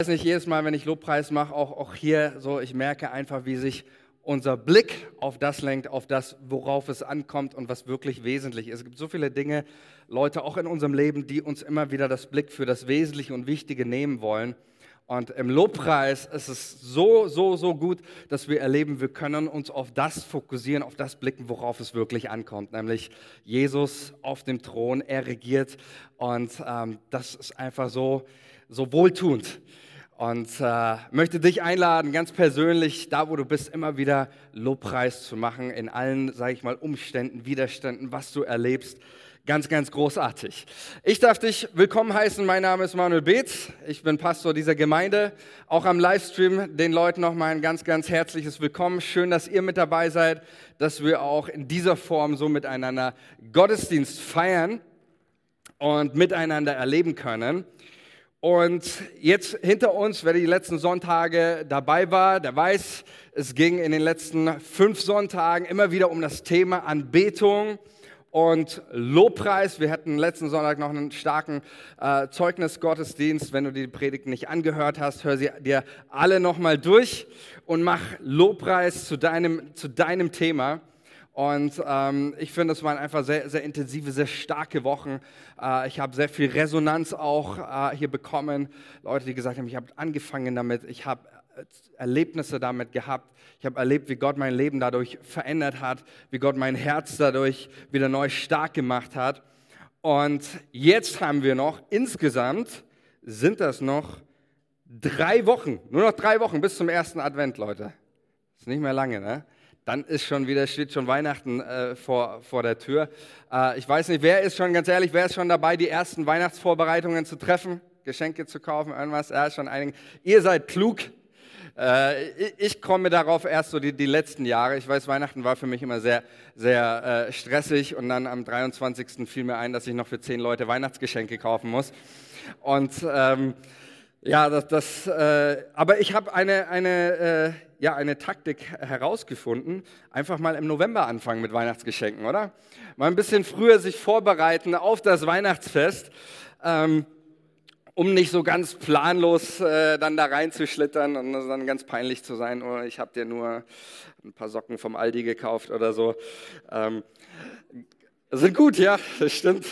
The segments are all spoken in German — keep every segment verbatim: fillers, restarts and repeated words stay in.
Ich weiß nicht, jedes Mal, wenn ich Lobpreis mache, auch, auch hier so, ich merke einfach, wie sich unser Blick auf das lenkt, auf das, worauf es ankommt und was wirklich wesentlich ist. Es gibt so viele Dinge, Leute, auch in unserem Leben, die uns immer wieder das Blick für das Wesentliche und Wichtige nehmen wollen. Und im Lobpreis ist es so, so, so gut, dass wir erleben, wir können uns auf das fokussieren, auf das blicken, worauf es wirklich ankommt. Nämlich Jesus auf dem Thron, er regiert. Und ähm, das ist einfach so, so wohltuend. Und äh, möchte dich einladen, ganz persönlich, da wo du bist, immer wieder Lobpreis zu machen, in allen, sage ich mal, Umständen, Widerständen, was du erlebst. Ganz, ganz großartig. Ich darf dich willkommen heißen. Mein Name ist Manuel Beetz. Ich bin Pastor dieser Gemeinde. Auch am Livestream den Leuten nochmal ein ganz, ganz herzliches Willkommen. Schön, dass ihr mit dabei seid, dass wir auch in dieser Form so miteinander Gottesdienst feiern und miteinander erleben können. Und jetzt hinter uns, wer die letzten Sonntage dabei war, der weiß, es ging in den letzten fünf Sonntagen immer wieder um das Thema Anbetung und Lobpreis. Wir hatten letzten Sonntag noch einen starken äh, Zeugnisgottesdienst. Wenn du die Predigt nicht angehört hast, hör sie dir alle nochmal durch und mach Lobpreis zu deinem, zu deinem Thema. Und ähm, ich finde, es waren einfach sehr, sehr intensive, sehr starke Wochen. Äh, ich habe sehr viel Resonanz auch äh, hier bekommen. Leute, die gesagt haben, ich habe angefangen damit, ich habe Erlebnisse damit gehabt. Ich habe erlebt, wie Gott mein Leben dadurch verändert hat, wie Gott mein Herz dadurch wieder neu stark gemacht hat. Und jetzt haben wir noch, insgesamt sind das noch drei Wochen, nur noch drei Wochen bis zum ersten Advent, Leute. Ist nicht mehr lange, ne? Dann ist schon wieder, steht schon Weihnachten äh, vor, vor der Tür. Äh, ich weiß nicht, wer ist schon, ganz ehrlich, wer ist schon dabei, die ersten Weihnachtsvorbereitungen zu treffen, Geschenke zu kaufen, irgendwas? Ja, schon einige. Ihr seid klug. Äh, ich, ich komme darauf erst so die, die letzten Jahre. Ich weiß, Weihnachten war für mich immer sehr, sehr äh, stressig und dann am dreiundzwanzigsten fiel mir ein, dass ich noch für zehn Leute Weihnachtsgeschenke kaufen muss. Und ähm, ja, das, das äh, aber ich habe eine, eine, äh, ja, eine Taktik herausgefunden. Einfach mal im November anfangen mit Weihnachtsgeschenken, oder? Mal ein bisschen früher sich vorbereiten auf das Weihnachtsfest, ähm, um nicht so ganz planlos äh, dann da reinzuschlittern und das dann ganz peinlich zu sein. Oh, ich habe dir nur ein paar Socken vom Aldi gekauft oder so. Ähm, sind gut, ja, das stimmt.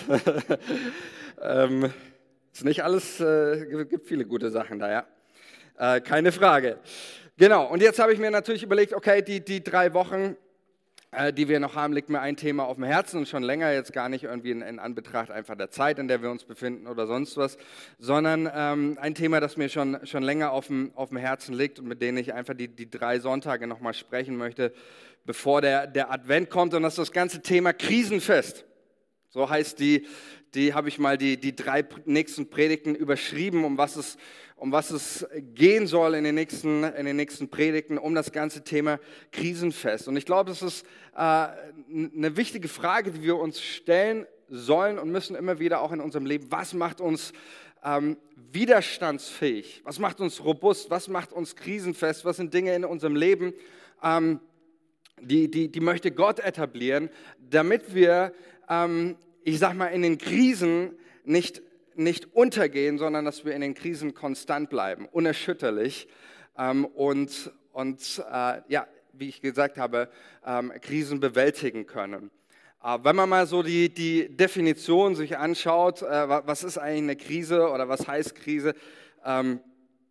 ähm, Ist nicht alles, äh, gibt viele gute Sachen da, ja. Äh, keine Frage. Genau, und jetzt habe ich mir natürlich überlegt, okay, die, die drei Wochen, äh, die wir noch haben, liegt mir ein Thema auf dem Herzen und schon länger, jetzt gar nicht irgendwie in, in Anbetracht einfach der Zeit, in der wir uns befinden oder sonst was, sondern ähm, ein Thema, das mir schon, schon länger auf dem, auf dem Herzen liegt und mit dem ich einfach die, die drei Sonntage nochmal sprechen möchte, bevor der, der Advent kommt, und das ist das ganze Thema Krisenfest. So heißt die, die habe ich mal die, die drei nächsten Predigten überschrieben, um was es, um was es gehen soll in den nächsten, in den nächsten Predigten, um das ganze Thema Krisenfest. Und ich glaube, das ist äh, eine wichtige Frage, die wir uns stellen sollen und müssen immer wieder auch in unserem Leben. Was macht uns ähm, widerstandsfähig? Was macht uns robust? Was macht uns krisenfest? Was sind Dinge in unserem Leben, ähm, die, die, die möchte Gott etablieren, damit wir ähm, ich sag mal, in den Krisen nicht, nicht untergehen, sondern dass wir in den Krisen konstant bleiben, unerschütterlich ähm, und, und äh, ja, wie ich gesagt habe, ähm, Krisen bewältigen können. Äh, wenn man mal so die, die Definition sich anschaut, äh, was ist eigentlich eine Krise oder was heißt Krise, ähm,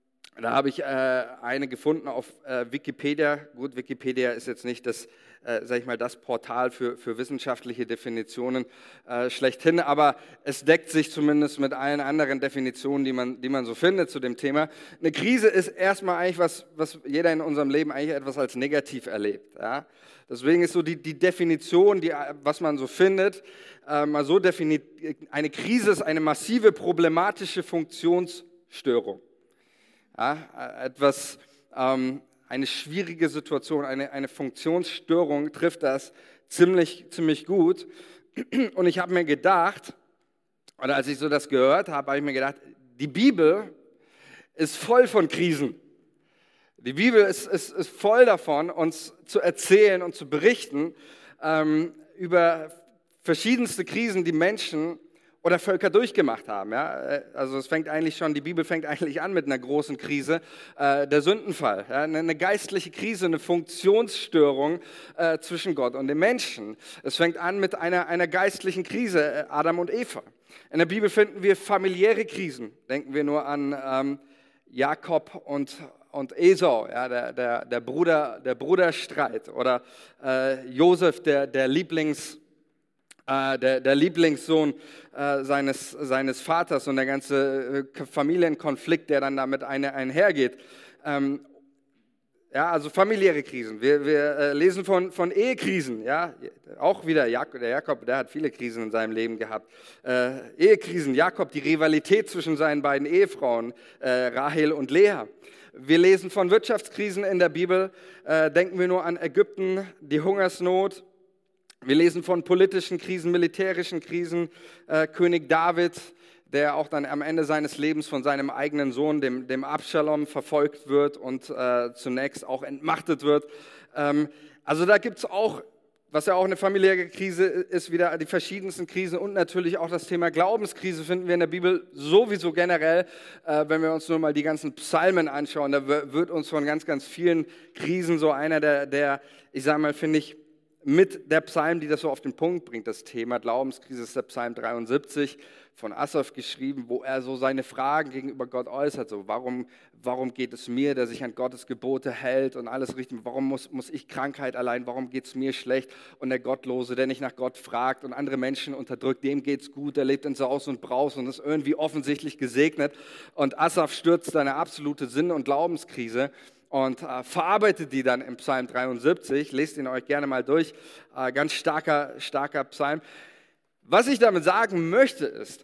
da habe ich äh, eine gefunden auf äh, Wikipedia. Gut, Wikipedia ist jetzt nicht das, äh, sag ich mal, das Portal für, für wissenschaftliche Definitionen äh, schlechthin, aber es deckt sich zumindest mit allen anderen Definitionen, die man, die man so findet zu dem Thema. Eine Krise ist erstmal eigentlich was, was jeder in unserem Leben eigentlich etwas als negativ erlebt. Ja? Deswegen ist so die, die Definition, die, was man so findet, äh, mal so definiert, eine Krise ist eine massive problematische Funktionsstörung. Ja, etwas, ähm, eine schwierige Situation, eine, eine Funktionsstörung trifft das ziemlich, ziemlich gut. Und ich habe mir gedacht, oder als ich so das gehört habe, habe ich mir gedacht, die Bibel ist voll von Krisen. Die Bibel ist, ist, ist voll davon, uns zu erzählen und zu berichten ähm, über verschiedenste Krisen, die Menschen oder Völker durchgemacht haben. Ja? Also es fängt eigentlich schon, die Bibel fängt eigentlich an mit einer großen Krise, äh, der Sündenfall. Ja? Eine, eine geistliche Krise, eine Funktionsstörung äh, zwischen Gott und dem Menschen. Es fängt an mit einer, einer geistlichen Krise, äh, Adam und Eva. In der Bibel finden wir familiäre Krisen. Denken wir nur an ähm, Jakob und, und Esau, ja? der, der, der, Bruder, der Bruderstreit. Oder äh, Josef, der, der Lieblings Der, der Lieblingssohn äh, seines, seines Vaters und der ganze äh, Familienkonflikt, der dann damit eine, einhergeht. Ähm, ja, also familiäre Krisen. Wir, wir äh, lesen von, von Ehekrisen. Ja? Auch wieder Jakob, der Jakob, der hat viele Krisen in seinem Leben gehabt. Äh, Ehekrisen, Jakob, die Rivalität zwischen seinen beiden Ehefrauen, äh, Rahel und Lea. Wir lesen von Wirtschaftskrisen in der Bibel. Äh, denken wir nur an Ägypten, die Hungersnot. Wir lesen von politischen Krisen, militärischen Krisen, äh, König David, der auch dann am Ende seines Lebens von seinem eigenen Sohn, dem, dem Abschalom, verfolgt wird und äh, zunächst auch entmachtet wird. Ähm, also da gibt es auch, was ja auch eine familiäre Krise ist, wieder die verschiedensten Krisen und natürlich auch das Thema Glaubenskrise finden wir in der Bibel sowieso generell, äh, wenn wir uns nur mal die ganzen Psalmen anschauen, da wird uns von ganz, ganz vielen Krisen so einer der, der ich sage mal, finde ich, mit der Psalm, die das so auf den Punkt bringt, das Thema Glaubenskrise, ist der Psalm dreiundsiebzig von Asaf geschrieben, wo er so seine Fragen gegenüber Gott äußert. So, warum, warum geht es mir, der sich an Gottes Gebote hält und alles richtig? Warum muss, muss ich Krankheit allein? Warum geht es mir schlecht? Und der Gottlose, der nicht nach Gott fragt und andere Menschen unterdrückt, dem geht es gut, der lebt in Saus und Braus und ist irgendwie offensichtlich gesegnet. Und Asaf stürzt seine absolute Sinn- und Glaubenskrise und äh, verarbeitet die dann im Psalm dreiundsiebzig. Lest ihn euch gerne mal durch. Äh, ganz starker, starker Psalm. Was ich damit sagen möchte ist,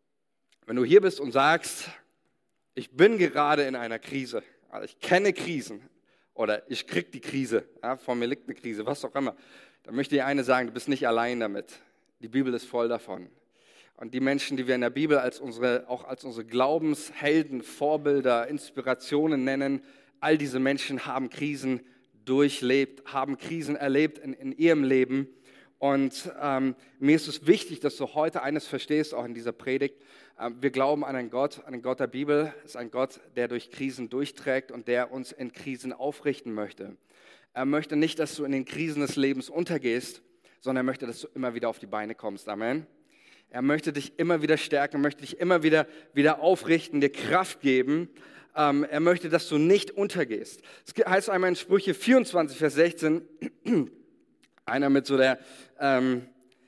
wenn du hier bist und sagst, ich bin gerade in einer Krise, also ich kenne Krisen oder ich kriege die Krise, ja, vor mir liegt eine Krise, was auch immer, dann möchte ich eine sagen, du bist nicht allein damit. Die Bibel ist voll davon. Und die Menschen, die wir in der Bibel als unsere, auch als unsere Glaubenshelden, Vorbilder, Inspirationen nennen, all diese Menschen haben Krisen durchlebt, haben Krisen erlebt in, in ihrem Leben. Und ähm, mir ist es wichtig, dass du heute eines verstehst, auch in dieser Predigt. Ähm, wir glauben an einen Gott, an den Gott der Bibel. Es ist ein Gott, der durch Krisen durchträgt und der uns in Krisen aufrichten möchte. Er möchte nicht, dass du in den Krisen des Lebens untergehst, sondern er möchte, dass du immer wieder auf die Beine kommst. Amen. Er möchte dich immer wieder stärken, möchte dich immer wieder, wieder aufrichten, dir Kraft geben. Ähm, er möchte, dass du nicht untergehst. Es heißt einmal in Sprüche vierundzwanzig, Vers sechzehn, einer mit so der, ähm,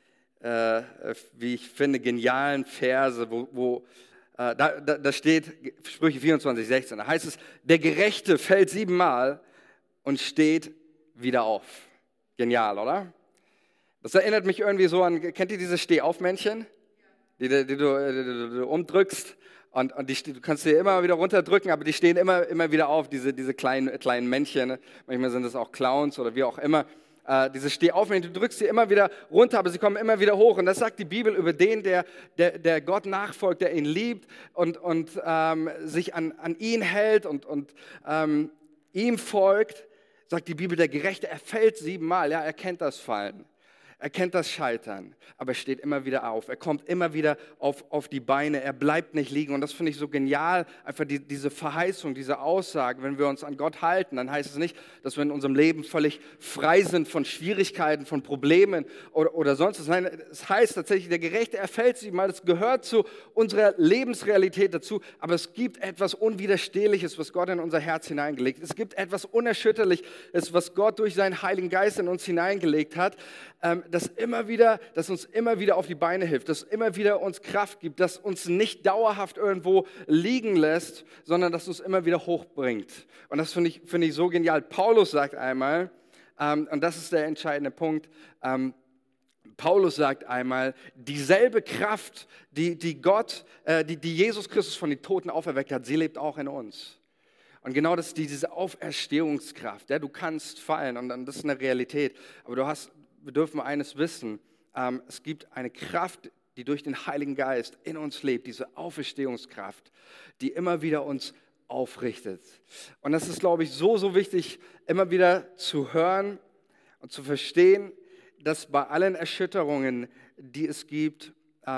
äh, wie ich finde, genialen Verse, wo, wo äh, da, da, da steht, Sprüche vierundzwanzig, sechzehn, da heißt es, der Gerechte fällt siebenmal und steht wieder auf. Genial, oder? Das erinnert mich irgendwie so an, kennt ihr diese Stehaufmännchen, die, die, die, du, die, die du umdrückst? Und, und die, du kannst sie immer wieder runterdrücken, aber die stehen immer, immer wieder auf, diese, diese kleinen, kleinen Männchen. Manchmal sind das auch Clowns oder wie auch immer. Äh, diese Stehaufmännchen, du drückst sie immer wieder runter, aber sie kommen immer wieder hoch. Und das sagt die Bibel über den, der, der, der Gott nachfolgt, der ihn liebt und, und ähm, sich an, an ihn hält und, und ähm, ihm folgt. Sagt die Bibel, der Gerechte, er fällt siebenmal. Ja, er kennt das Fallen. Er kennt das Scheitern, aber er steht immer wieder auf. Er kommt immer wieder auf, auf die Beine. Er bleibt nicht liegen. Und das finde ich so genial, einfach die, diese Verheißung, diese Aussage. Wenn wir uns an Gott halten, dann heißt es nicht, dass wir in unserem Leben völlig frei sind von Schwierigkeiten, von Problemen oder, oder sonst was. Nein, es heißt tatsächlich, der Gerechte, er fällt siebenmal. Das gehört zu unserer Lebensrealität dazu. Aber es gibt etwas Unwiderstehliches, was Gott in unser Herz hineingelegt hat. Es gibt etwas Unerschütterliches, was Gott durch seinen Heiligen Geist in uns hineingelegt hat. Ähm, das immer wieder, das uns immer wieder auf die Beine hilft, das immer wieder uns Kraft gibt, das uns nicht dauerhaft irgendwo liegen lässt, sondern das uns immer wieder hochbringt. Und das finde ich, finde ich so genial. Paulus sagt einmal, ähm, und das ist der entscheidende Punkt, ähm, Paulus sagt einmal, dieselbe Kraft, die, die Gott, äh, die, die Jesus Christus von den Toten auferweckt hat, sie lebt auch in uns. Und genau das ist diese Auferstehungskraft. Ja, du kannst fallen und das ist eine Realität, aber du hast wir dürfen eines wissen, ähm, es gibt eine Kraft, die durch den Heiligen Geist in uns lebt, diese Auferstehungskraft, die immer wieder uns aufrichtet. Und das ist, glaube ich, so, so wichtig, immer wieder zu hören und zu verstehen, dass bei allen Erschütterungen, die es gibt, ähm,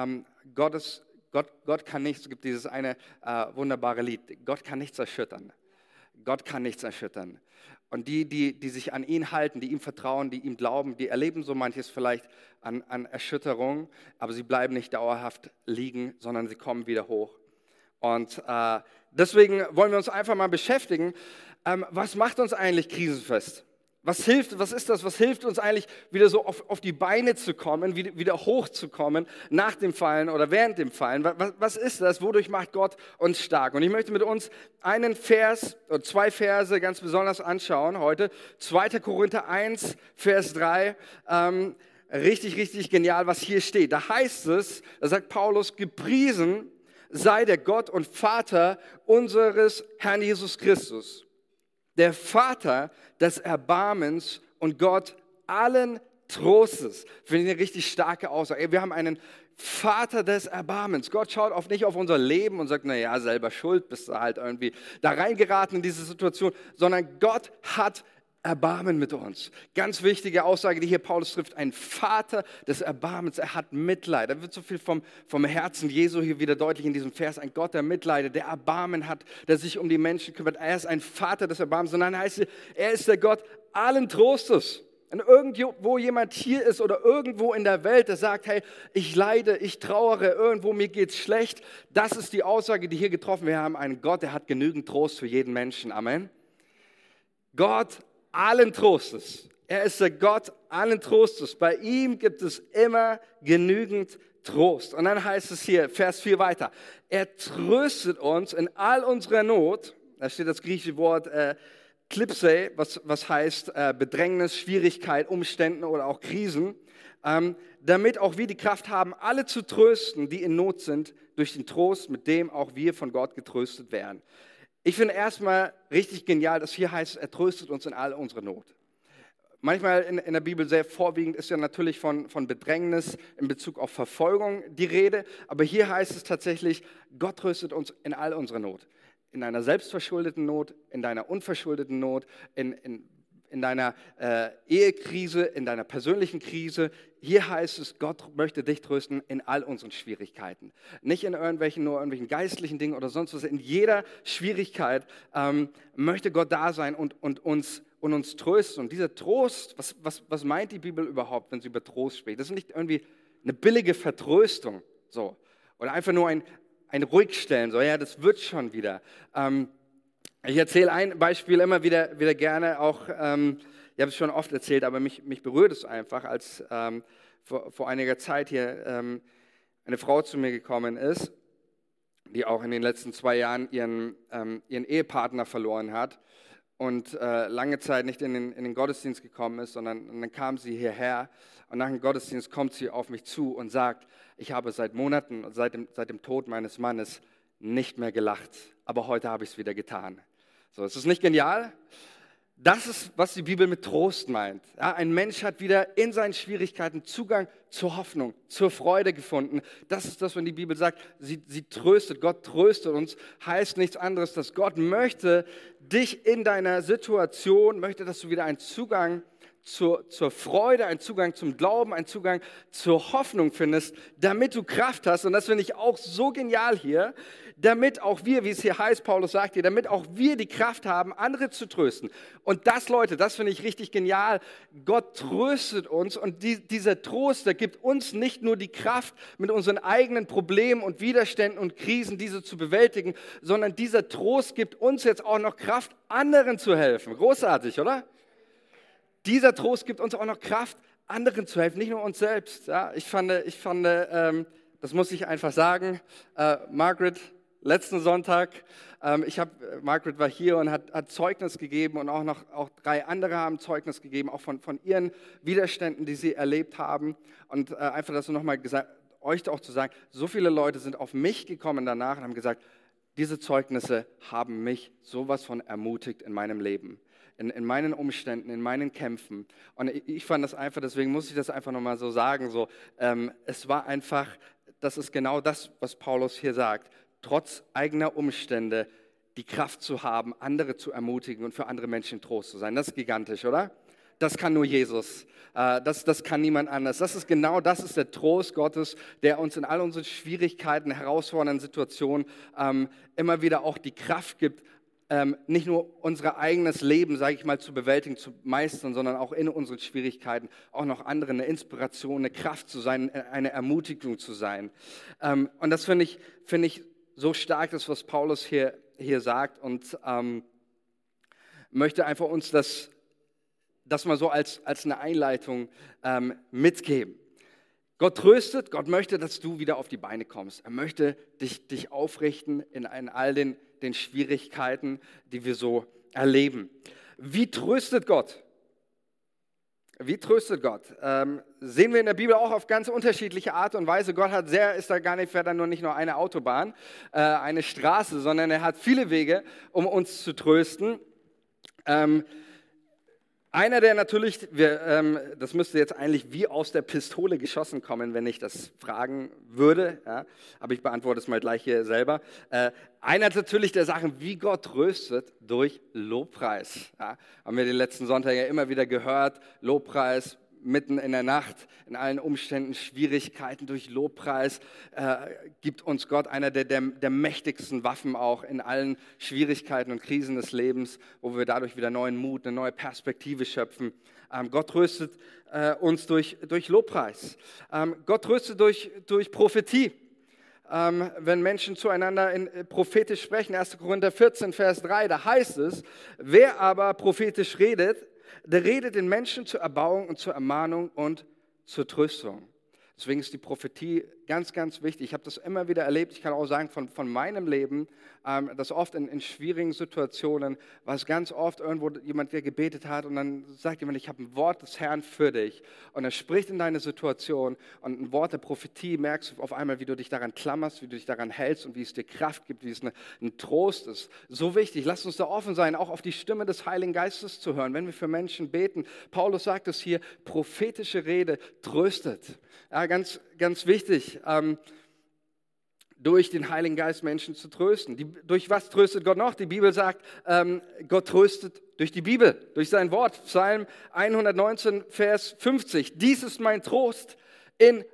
Gottes, Gott, Gott kann nichts, es gibt dieses eine äh, wunderbare Lied, Gott kann nichts erschüttern. Gott kann nichts erschüttern. Und die, die, die sich an ihn halten, die ihm vertrauen, die ihm glauben, die erleben so manches vielleicht an, an Erschütterung, aber sie bleiben nicht dauerhaft liegen, sondern sie kommen wieder hoch. Und äh, deswegen wollen wir uns einfach mal beschäftigen, ähm, was macht uns eigentlich krisenfest? Was hilft, was ist das? Was hilft uns eigentlich, wieder so auf, auf die Beine zu kommen, wieder, wieder hochzukommen nach dem Fallen oder während dem Fallen? Was, was ist das? Wodurch macht Gott uns stark? Und ich möchte mit uns einen Vers oder zwei Verse ganz besonders anschauen heute. zweiter Korinther eins, Vers drei. Ähm, richtig, richtig genial, was hier steht. Da heißt es, da sagt Paulus, gepriesen sei der Gott und Vater unseres Herrn Jesus Christus, der Vater des Erbarmens und Gott allen Trostes. Finde ich eine richtig starke Aussage. Wir haben einen Vater des Erbarmens. Gott schaut auf, nicht auf unser Leben und sagt, naja, selber schuld, bist du halt irgendwie da reingeraten in diese Situation, sondern Gott hat Erbarmen mit uns. Ganz wichtige Aussage, die hier Paulus trifft. Ein Vater des Erbarmens. Er hat Mitleid. Da wird so viel vom, vom Herzen Jesu hier wieder deutlich in diesem Vers. Ein Gott, der Mitleid, der Erbarmen hat, der sich um die Menschen kümmert. Er ist ein Vater des Erbarmens. Und dann heißt es, er ist der Gott allen Trostes. Wenn irgendwo jemand hier ist oder irgendwo in der Welt, der sagt, hey, ich leide, ich trauere, irgendwo mir geht's schlecht. Das ist die Aussage, die hier getroffen wird. Wir haben einen Gott, der hat genügend Trost für jeden Menschen. Amen. Gott allen Trostes. Er ist der Gott allen Trostes. Bei ihm gibt es immer genügend Trost. Und dann heißt es hier, Vers vier weiter, er tröstet uns in all unserer Not. Da steht das griechische Wort äh, klipse, was, was heißt äh, Bedrängnis, Schwierigkeit, Umständen oder auch Krisen, ähm, damit auch wir die Kraft haben, alle zu trösten, die in Not sind, durch den Trost, mit dem auch wir von Gott getröstet werden. Ich finde erstmal richtig genial, dass hier heißt, er tröstet uns in all unserer Not. Manchmal in, in der Bibel sehr vorwiegend ist ja natürlich von, von Bedrängnis in Bezug auf Verfolgung die Rede, aber hier heißt es tatsächlich, Gott tröstet uns in all unserer Not. In deiner selbstverschuldeten Not, in deiner unverschuldeten Not, in, in, in deiner äh, Ehekrise, in deiner persönlichen Krise. Hier heißt es, Gott möchte dich trösten in all unseren Schwierigkeiten. Nicht in irgendwelchen, nur irgendwelchen geistlichen Dingen oder sonst was. In jeder Schwierigkeit ähm, möchte Gott da sein und, und, uns, und uns trösten. Und dieser Trost, was, was, was meint die Bibel überhaupt, wenn sie über Trost spricht? Das ist nicht irgendwie eine billige Vertröstung. So. Oder einfach nur ein, ein Ruhigstellen. So, ja, das wird schon wieder. Ähm, ich erzähle ein Beispiel immer wieder, wieder gerne, auch ähm, ich habe es schon oft erzählt, aber mich, mich berührt es einfach, als ähm, vor, vor einiger Zeit hier ähm, eine Frau zu mir gekommen ist, die auch in den letzten zwei Jahren ihren, ähm, ihren Ehepartner verloren hat und äh, lange Zeit nicht in den, in den Gottesdienst gekommen ist, sondern und dann kam sie hierher und nach dem Gottesdienst kommt sie auf mich zu und sagt, ich habe seit Monaten, seit dem, seit dem Tod meines Mannes nicht mehr gelacht, aber heute habe ich es wieder getan. So, ist das nicht genial? Das ist, was die Bibel mit Trost meint. Ja, ein Mensch hat wieder in seinen Schwierigkeiten Zugang zur Hoffnung, zur Freude gefunden. Das ist das, wenn die Bibel sagt, sie, sie tröstet, Gott tröstet uns, heißt nichts anderes, dass Gott möchte dich in deiner Situation, möchte, dass du wieder einen Zugang zur, zur Freude, einen Zugang zum Glauben, einen Zugang zur Hoffnung findest, damit du Kraft hast. Und das finde ich auch so genial hier, damit auch wir, wie es hier heißt, Paulus sagt hier, damit auch wir die Kraft haben, andere zu trösten. Und das, Leute, das finde ich richtig genial. Gott tröstet uns und die, dieser Trost, der gibt uns nicht nur die Kraft, mit unseren eigenen Problemen und Widerständen und Krisen diese zu bewältigen, sondern dieser Trost gibt uns jetzt auch noch Kraft, anderen zu helfen. Großartig, oder? Dieser Trost gibt uns auch noch Kraft, anderen zu helfen, nicht nur uns selbst. Ja, ich fand, ich fand ähm, das muss ich einfach sagen, äh, Margaret, letzten Sonntag, ähm, ich habe, Margaret war hier und hat, hat Zeugnis gegeben und auch noch auch drei andere haben Zeugnis gegeben, auch von, von ihren Widerständen, die sie erlebt haben. Und äh, einfach das nochmal gesagt, euch auch zu sagen, so viele Leute sind auf mich gekommen danach und haben gesagt, diese Zeugnisse haben mich sowas von ermutigt in meinem Leben. In, in meinen Umständen, in meinen Kämpfen. Und ich, ich fand das einfach, deswegen muss ich das einfach nochmal so sagen, so, ähm, es war einfach, das ist genau das, was Paulus hier sagt, trotz eigener Umstände die Kraft zu haben, andere zu ermutigen und für andere Menschen Trost zu sein. Das ist gigantisch, oder? das kann nur Jesus. Das, das kann niemand anders. Das ist genau das ist der Trost Gottes, der uns in all unseren Schwierigkeiten, herausfordernden Situationen ähm, immer wieder auch die Kraft gibt, ähm, nicht nur unser eigenes Leben, sage ich mal, zu bewältigen, zu meistern, sondern auch in unseren Schwierigkeiten auch noch andere eine Inspiration, eine Kraft zu sein, eine Ermutigung zu sein. Ähm, und das finde ich, finde ich so stark, das, was Paulus hier, hier sagt, und ähm, möchte einfach uns das das mal so als, als eine Einleitung ähm, mitgeben. Gott tröstet, Gott möchte, dass du wieder auf die Beine kommst. Er möchte dich, dich aufrichten in, in all den, den Schwierigkeiten, die wir so erleben. Wie tröstet Gott? Wie tröstet Gott? Ähm, sehen wir in der Bibel auch auf ganz unterschiedliche Art und Weise. Gott hat sehr, ist da gar nicht, fährt da nur nicht nur eine Autobahn, äh, eine Straße, sondern er hat viele Wege, um uns zu trösten. Ähm, Einer, der natürlich, wir, ähm, das müsste jetzt eigentlich wie aus der Pistole geschossen kommen, wenn ich das fragen würde, ja, aber ich beantworte es mal gleich hier selber. Äh, einer natürlich der Sachen, wie Gott tröstet, durch Lobpreis. Ja. Haben wir die letzten Sonntage ja immer wieder gehört, Lobpreis mitten in der Nacht, in allen Umständen, Schwierigkeiten durch Lobpreis, äh, gibt uns Gott einer der, der, der mächtigsten Waffen auch in allen Schwierigkeiten und Krisen des Lebens, wo wir dadurch wieder neuen Mut, eine neue Perspektive schöpfen. Ähm, Gott tröstet äh, uns durch, durch Lobpreis. Ähm, Gott tröstet durch, durch Prophetie. Ähm, wenn Menschen zueinander in, äh, prophetisch sprechen, erster Korinther vierzehn, Vers drei, da heißt es, wer aber prophetisch redet, der redet den Menschen zur Erbauung und zur Ermahnung und zur Tröstung. Deswegen ist die Prophetie ganz, ganz wichtig. Ich habe das immer wieder erlebt. Ich kann auch sagen von, von meinem Leben, ähm, dass oft in, in schwierigen Situationen, war es ganz oft irgendwo jemand, der gebetet hat und dann sagt jemand, ich habe ein Wort des Herrn für dich. Und er spricht in deine Situation und ein Wort der Prophetie, merkst du auf einmal, wie du dich daran klammerst, wie du dich daran hältst und wie es dir Kraft gibt, wie es eine, ein Trost ist. So wichtig, lasst uns da offen sein, auch auf die Stimme des Heiligen Geistes zu hören, wenn wir für Menschen beten. Paulus sagt es hier, prophetische Rede tröstet. Ja, ganz, ganz wichtig, ähm, durch den Heiligen Geist Menschen zu trösten. Die, durch was tröstet Gott noch? Die Bibel sagt, ähm, Gott tröstet durch die Bibel, durch sein Wort. Psalm hundertneunzehn, Vers fünfzig. Dies ist mein Trost in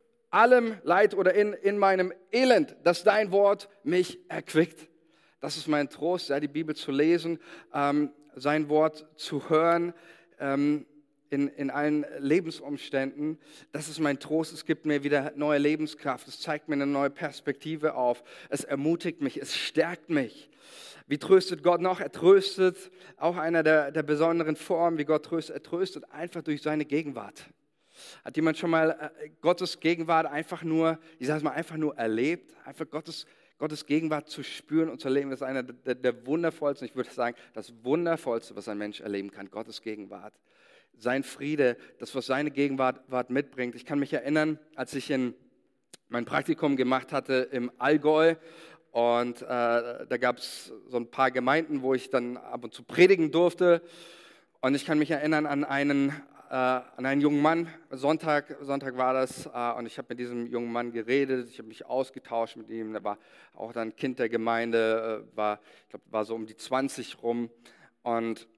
allem Leid oder in, in meinem Elend, dass dein Wort mich erquickt. Das ist mein Trost, ja, die Bibel zu lesen, ähm, sein Wort zu hören, ähm, In, in allen Lebensumständen. Das ist mein Trost, es gibt mir wieder neue Lebenskraft, es zeigt mir eine neue Perspektive auf, es ermutigt mich, es stärkt mich. Wie tröstet Gott noch? Er tröstet, auch einer der, der besonderen Formen, wie Gott tröstet, er tröstet einfach durch seine Gegenwart. Hat jemand schon mal äh, Gottes Gegenwart einfach nur, ich sage es mal, einfach nur erlebt? Einfach Gottes Gottes Gegenwart zu spüren und zu erleben, das ist einer der, der wundervollsten, ich würde sagen, das wundervollste, was ein Mensch erleben kann, Gottes Gegenwart. Sein Friede, das, was seine Gegenwart mitbringt. Ich kann mich erinnern, als ich in mein Praktikum gemacht hatte im Allgäu und äh, da gab es so ein paar Gemeinden, wo ich dann ab und zu predigen durfte und ich kann mich erinnern an einen, äh, an einen jungen Mann, Sonntag, Sonntag war das äh, und ich habe mit diesem jungen Mann geredet, ich habe mich ausgetauscht mit ihm, der war auch dann Kind der Gemeinde, äh, war, ich glaube, war so um die zwanzig rum und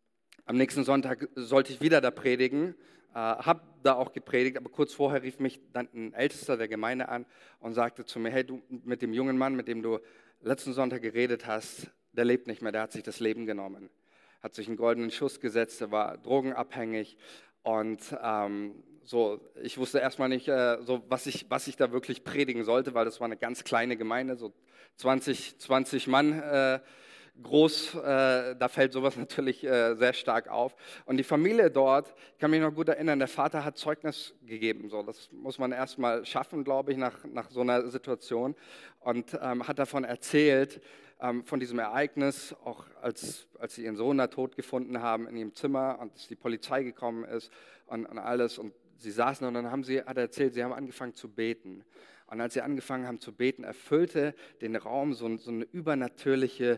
am nächsten Sonntag sollte ich wieder da predigen, äh, habe da auch gepredigt, aber kurz vorher rief mich dann ein Ältester der Gemeinde an und sagte zu mir, hey, du mit dem jungen Mann, mit dem du letzten Sonntag geredet hast, der lebt nicht mehr, der hat sich das Leben genommen, hat sich einen goldenen Schuss gesetzt, der war drogenabhängig und ähm, so, ich wusste erstmal nicht, äh, so, was, ich, was ich da wirklich predigen sollte, weil das war eine ganz kleine Gemeinde, so zwanzig, zwanzig Mann, äh, groß, äh, da fällt sowas natürlich äh, sehr stark auf. Und die Familie dort, ich kann mich noch gut erinnern, der Vater hat Zeugnis gegeben. So, das muss man erstmal schaffen, glaube ich, nach, nach so einer Situation. Und ähm, hat davon erzählt, ähm, von diesem Ereignis, auch als, als sie ihren Sohn da tot gefunden haben in ihrem Zimmer und dass die Polizei gekommen ist und, und alles. Und sie saßen und dann haben sie, hat er erzählt, sie haben angefangen zu beten. Und als sie angefangen haben zu beten, erfüllte den Raum so, so eine übernatürliche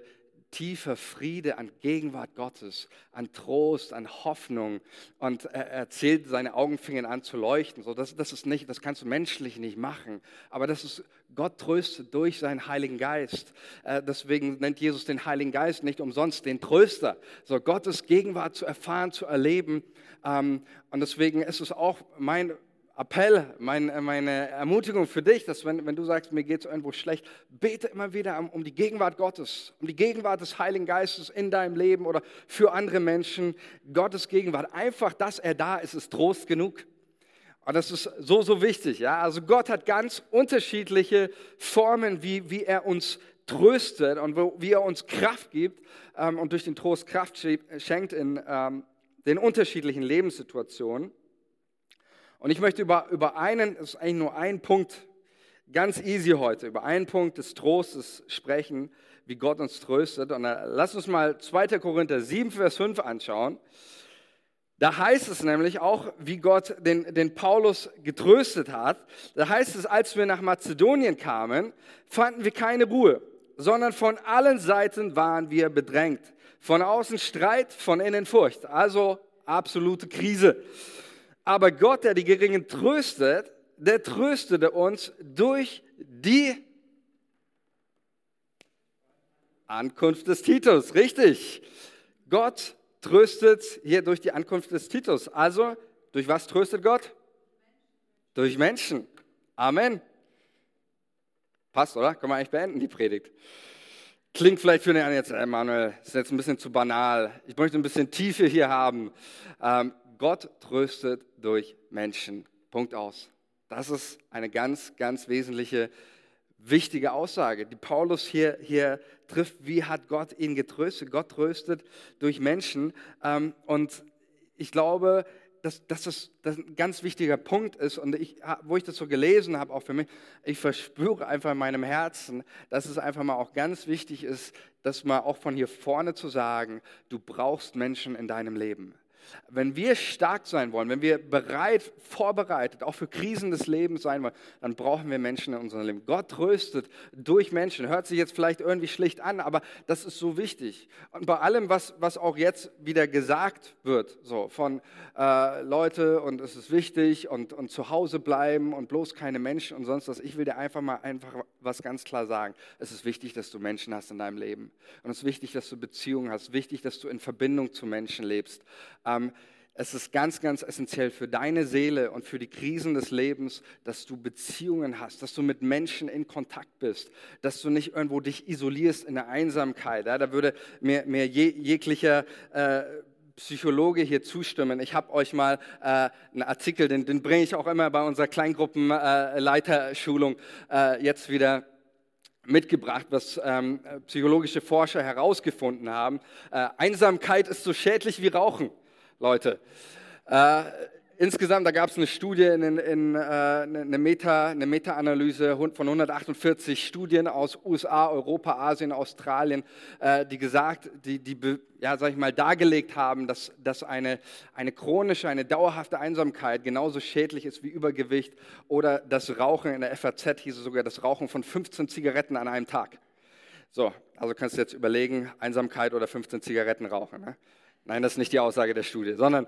tiefer Friede an Gegenwart Gottes, an Trost, an Hoffnung. Und er erzählt, seine Augen fingen an zu leuchten. So, das, das ist nicht, das kannst du menschlich nicht machen. Aber das ist, Gott tröstet durch seinen Heiligen Geist. Äh, deswegen nennt Jesus den Heiligen Geist nicht umsonst den Tröster. So, Gottes Gegenwart zu erfahren, zu erleben. Ähm, und deswegen ist es auch mein Appell, mein, meine Ermutigung für dich, dass wenn, wenn du sagst, mir geht es irgendwo schlecht, bete immer wieder um, um die Gegenwart Gottes, um die Gegenwart des Heiligen Geistes in deinem Leben oder für andere Menschen. Gottes Gegenwart, einfach, dass er da ist, ist Trost genug. Und das ist so, so wichtig. Ja? Also Gott hat ganz unterschiedliche Formen, wie, wie er uns tröstet und wo, wie er uns Kraft gibt ähm, und durch den Trost Kraft schenkt in ähm, den unterschiedlichen Lebenssituationen. Und ich möchte über, über einen, das ist eigentlich nur ein Punkt, ganz easy heute, über einen Punkt des Trostes sprechen, wie Gott uns tröstet. Und dann lass uns mal zweiter Korinther sieben, Vers fünf anschauen. Da heißt es nämlich auch, wie Gott den, den Paulus getröstet hat. Da heißt es, als wir nach Mazedonien kamen, fanden wir keine Ruhe, sondern von allen Seiten waren wir bedrängt. Von außen Streit, von innen Furcht. Also absolute Krise. Aber Gott, der die Geringen tröstet, der tröstete uns durch die Ankunft des Titus. Richtig. Gott tröstet hier durch die Ankunft des Titus. Also, durch was tröstet Gott? Durch Menschen. Amen. Passt, oder? Können wir eigentlich beenden, die Predigt. Klingt vielleicht für den anderen jetzt, Emanuel, ist jetzt ein bisschen zu banal. Ich möchte ein bisschen Tiefe hier haben. Ähm, Gott tröstet durch Menschen. Punkt aus. Das ist eine ganz, ganz wesentliche, wichtige Aussage, die Paulus hier, hier trifft. Wie hat Gott ihn getröstet? Gott tröstet durch Menschen. Und ich glaube, dass, dass das dass ein ganz wichtiger Punkt ist. Und ich, wo ich das so gelesen habe, auch für mich, ich verspüre einfach in meinem Herzen, dass es einfach mal auch ganz wichtig ist, dass mal auch von hier vorne zu sagen, du brauchst Menschen in deinem Leben. Wenn wir stark sein wollen, wenn wir bereit, vorbereitet, auch für Krisen des Lebens sein wollen, dann brauchen wir Menschen in unserem Leben. Gott tröstet durch Menschen. Hört sich jetzt vielleicht irgendwie schlicht an, aber das ist so wichtig. Und bei allem, was, was auch jetzt wieder gesagt wird, so von äh, Leute und es ist wichtig und, und zu Hause bleiben und bloß keine Menschen und sonst was, ich will dir einfach mal einfach was ganz klar sagen. Es ist wichtig, dass du Menschen hast in deinem Leben. Und es ist wichtig, dass du Beziehungen hast. Es ist wichtig, dass du in Verbindung zu Menschen lebst. Ähm, Es ist ganz, ganz essentiell für deine Seele und für die Krisen des Lebens, dass du Beziehungen hast, dass du mit Menschen in Kontakt bist, dass du nicht irgendwo dich isolierst in der Einsamkeit. Ja, da würde mir, mir je, jeglicher äh, Psychologe hier zustimmen. Ich habe euch mal äh, einen Artikel, den, den bringe ich auch immer bei unserer Kleingruppenleiterschulung äh, äh, jetzt wieder mitgebracht, was ähm, psychologische Forscher herausgefunden haben. Äh, Einsamkeit ist so schädlich wie Rauchen. Leute, äh, insgesamt, da gab es eine Studie, in, in, äh, eine, Meta, eine Meta-Analyse von hundertachtundvierzig Studien aus U S A, Europa, Asien, Australien, äh, die gesagt, die, die ja, sag ich mal, dargelegt haben, dass, dass eine, eine chronische, eine dauerhafte Einsamkeit genauso schädlich ist wie Übergewicht oder das Rauchen. In der F A Z hieß es sogar das Rauchen von fünfzehn Zigaretten an einem Tag. So, also kannst du jetzt überlegen, Einsamkeit oder fünfzehn Zigaretten rauchen, ne? Nein, das ist nicht die Aussage der Studie, sondern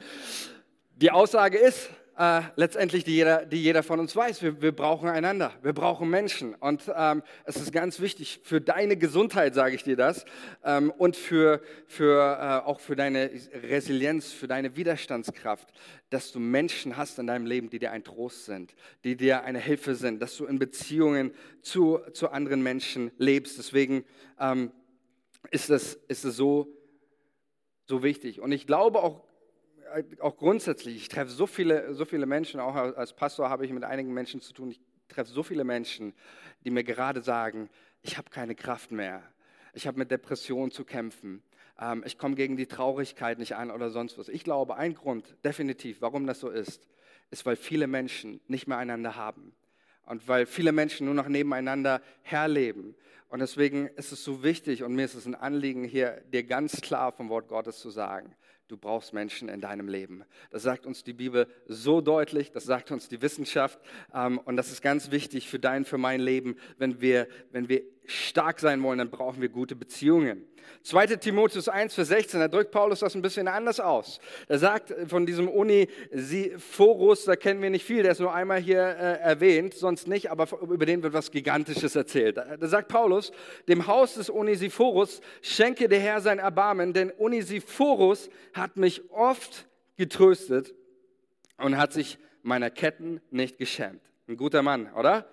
die Aussage ist äh, letztendlich, die jeder, die jeder von uns weiß, wir, wir brauchen einander, wir brauchen Menschen. Und ähm, es ist ganz wichtig für deine Gesundheit, sage ich dir das, ähm, und für, für, äh, auch für deine Resilienz, für deine Widerstandskraft, dass du Menschen hast in deinem Leben, die dir ein Trost sind, die dir eine Hilfe sind, dass du in Beziehungen zu, zu anderen Menschen lebst. Deswegen ähm, ist es, ist es so, so wichtig. Und ich glaube auch, auch grundsätzlich, ich treffe so viele, so viele Menschen, auch als Pastor habe ich mit einigen Menschen zu tun, ich treffe so viele Menschen, die mir gerade sagen, ich habe keine Kraft mehr, ich habe mit Depressionen zu kämpfen, ähm, ich komme gegen die Traurigkeit nicht an oder sonst was. Ich glaube, ein Grund, definitiv, warum das so ist, ist, weil viele Menschen nicht mehr einander haben. Und weil viele Menschen nur noch nebeneinander herleben. Und deswegen ist es so wichtig und mir ist es ein Anliegen, hier dir ganz klar vom Wort Gottes zu sagen, du brauchst Menschen in deinem Leben. Das sagt uns die Bibel so deutlich, das sagt uns die Wissenschaft. Und das ist ganz wichtig für dein, für mein Leben. Wenn wir, wenn wir stark sein wollen, dann brauchen wir gute Beziehungen. zweiter Timotheus eins, Vers sechzehn, da drückt Paulus das ein bisschen anders aus. Er sagt von diesem Onesiphorus, da kennen wir nicht viel, der ist nur einmal hier äh, erwähnt, sonst nicht, aber über den wird was Gigantisches erzählt. Da, da sagt Paulus, dem Haus des Onesiphorus schenke der Herr sein Erbarmen, denn Onesiphorus hat mich oft getröstet und hat sich meiner Ketten nicht geschämt. Ein guter Mann, oder?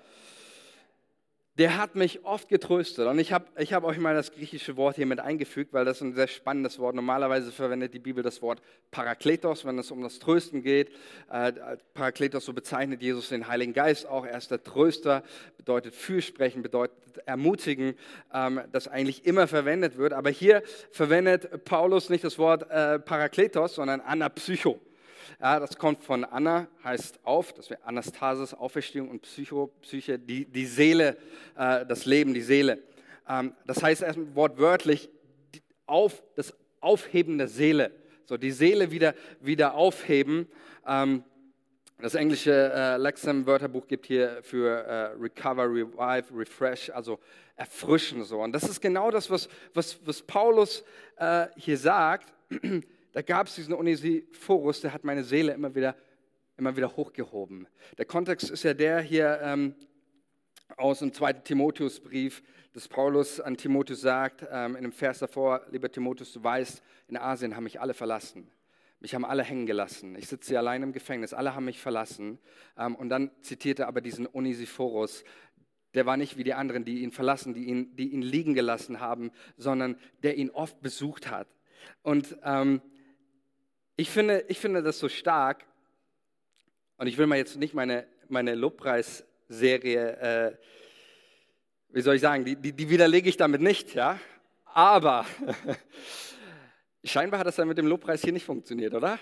Der hat mich oft getröstet und ich habe ich hab euch mal das griechische Wort hier mit eingefügt, weil das ist ein sehr spannendes Wort. Normalerweise verwendet die Bibel das Wort Parakletos, wenn es um das Trösten geht. Äh, Parakletos, so bezeichnet Jesus den Heiligen Geist auch. Er ist der Tröster, bedeutet Fürsprechen, bedeutet ermutigen, ähm, das eigentlich immer verwendet wird. Aber hier verwendet Paulus nicht das Wort äh, Parakletos, sondern Anapsycho. Ja, das kommt von Anna, heißt auf, das wäre Anastasis, Auferstehung, und Psycho, Psyche, die, die Seele, äh, das Leben, die Seele. Ähm, das heißt erst wortwörtlich die, auf, das Aufheben der Seele, so die Seele wieder, wieder aufheben. Ähm, das englische äh, Lexham-Wörterbuch gibt hier für äh, Recover, Revive, Refresh, also erfrischen. So. Und das ist genau das, was, was, was Paulus äh, hier sagt. Da gab es diesen Onesiphorus, der hat meine Seele immer wieder, immer wieder hochgehoben. Der Kontext ist ja der hier ähm, aus dem zweiten Timotheusbrief, dass Paulus an Timotheus sagt, ähm, in dem Vers davor, lieber Timotheus, du weißt, in Asien haben mich alle verlassen. Mich haben alle hängen gelassen. Ich sitze hier allein im Gefängnis, alle haben mich verlassen. Ähm, und dann zitiert er aber diesen Onesiphorus. Der war nicht wie die anderen, die ihn verlassen, die ihn, die ihn liegen gelassen haben, sondern der ihn oft besucht hat. Und ähm, Ich finde, ich finde das so stark, und ich will mal jetzt nicht meine, meine Lobpreisserie, äh, wie soll ich sagen, die, die, die widerlege ich damit nicht, ja, aber scheinbar hat das dann mit dem Lobpreis hier nicht funktioniert, oder?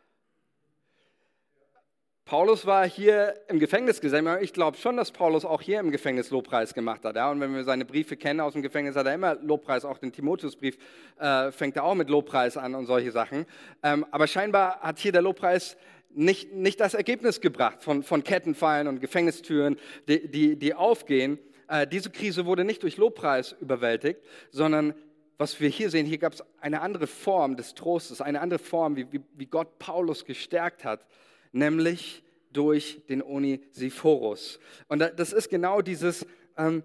Paulus war hier im Gefängnis gesessen. Ich glaube schon, dass Paulus auch hier im Gefängnis Lobpreis gemacht hat. Ja? Und wenn wir seine Briefe kennen aus dem Gefängnis, hat er immer Lobpreis. Auch den Timotheusbrief äh, fängt er auch mit Lobpreis an und solche Sachen. Ähm, aber scheinbar hat hier der Lobpreis nicht, nicht das Ergebnis gebracht von, von Kettenfallen und Gefängnistüren, die, die, die aufgehen. Äh, diese Krise wurde nicht durch Lobpreis überwältigt, sondern was wir hier sehen, hier gab es eine andere Form des Trostes, eine andere Form, wie, wie, wie Gott Paulus gestärkt hat, nämlich durch den Onesiphorus. Und das ist genau dieses, ähm,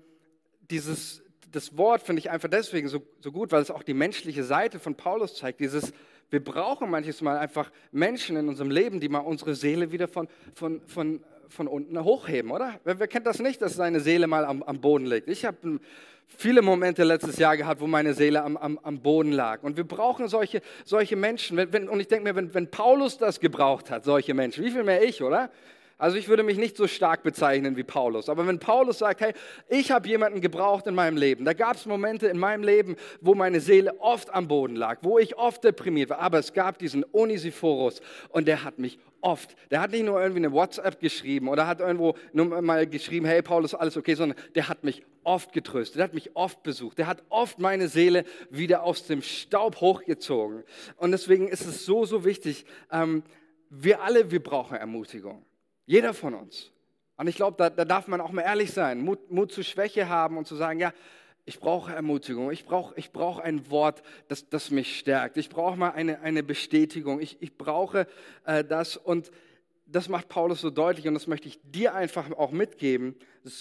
dieses das Wort finde ich einfach deswegen so, so gut, weil es auch die menschliche Seite von Paulus zeigt. Dieses, wir brauchen manches Mal einfach Menschen in unserem Leben, die mal unsere Seele wieder von, von, von, von unten hochheben, oder? Wer, wer kennt das nicht, dass seine Seele mal am, am Boden liegt? Ich habe viele Momente letztes Jahr gehabt, wo meine Seele am, am, am Boden lag. Und wir brauchen solche, solche Menschen. Wenn, wenn, und ich denke mir, wenn, wenn Paulus das gebraucht hat, solche Menschen, wie viel mehr ich, oder? Also ich würde mich nicht so stark bezeichnen wie Paulus. Aber wenn Paulus sagt, hey, ich habe jemanden gebraucht in meinem Leben. Da gab es Momente in meinem Leben, wo meine Seele oft am Boden lag, wo ich oft deprimiert war. Aber es gab diesen Onesiphorus und der hat mich oft, der hat nicht nur irgendwie eine WhatsApp geschrieben oder hat irgendwo nur mal geschrieben, hey Paulus, alles okay, sondern der hat mich oft getröstet, der hat mich oft besucht, der hat oft meine Seele wieder aus dem Staub hochgezogen. Und deswegen ist es so, so wichtig, ähm, wir alle, wir brauchen Ermutigung. Jeder von uns. Und ich glaube, da, da darf man auch mal ehrlich sein, Mut, Mut zur Schwäche haben und zu sagen, ja, ich brauche Ermutigung, ich brauche ich brauch ein Wort, das, das mich stärkt. Ich brauche mal eine, eine Bestätigung, ich, ich brauche äh, das. Und das macht Paulus so deutlich und das möchte ich dir einfach auch mitgeben.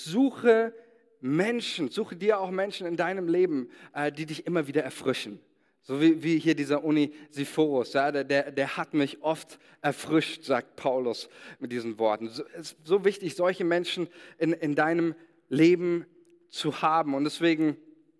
Suche Menschen, suche dir auch Menschen in deinem Leben, äh, die dich immer wieder erfrischen. So wie, wie hier dieser Onesiphorus, ja, der, der, der hat mich oft erfrischt, sagt Paulus mit diesen Worten. Es ist so wichtig, solche Menschen in, in deinem Leben zu haben. Und deswegen,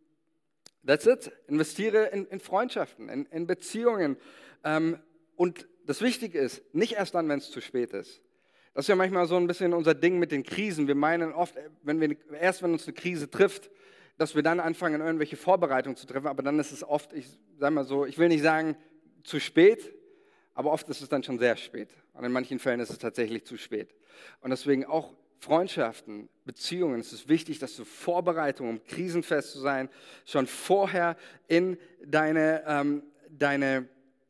that's it, investiere in, in Freundschaften, in, in Beziehungen. Ähm, und das Wichtige ist, nicht erst dann, wenn es zu spät ist. Das ist ja manchmal so ein bisschen unser Ding mit den Krisen. Wir meinen oft, wenn wir, erst wenn uns eine Krise trifft, dass wir dann anfangen, irgendwelche Vorbereitungen zu treffen, aber dann ist es oft, ich sage mal so, ich will nicht sagen zu spät, aber oft ist es dann schon sehr spät. Und in manchen Fällen ist es tatsächlich zu spät. Und deswegen auch Freundschaften, Beziehungen, es ist wichtig, dass du Vorbereitungen, um krisenfest zu sein, schon vorher in deine, ähm, deine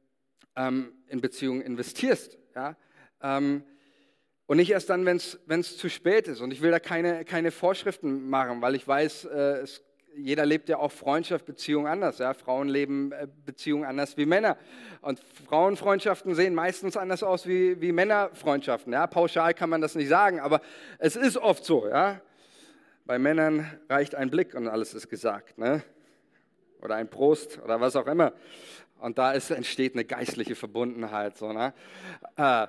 ähm, in Beziehungen investierst. Ja? Ähm, Und nicht erst dann, wenn es zu spät ist. Und ich will da keine, keine Vorschriften machen, weil ich weiß, äh, es, jeder lebt ja auch Freundschaft, Beziehung anders. Ja? Frauen leben äh, Beziehungen anders wie Männer. Und Frauenfreundschaften sehen meistens anders aus wie, wie Männerfreundschaften. Ja? Pauschal kann man das nicht sagen, aber es ist oft so. Ja? Bei Männern reicht ein Blick und alles ist gesagt. Ne? Oder ein Prost oder was auch immer. Und da ist, entsteht eine geistliche Verbundenheit. So, ne? äh,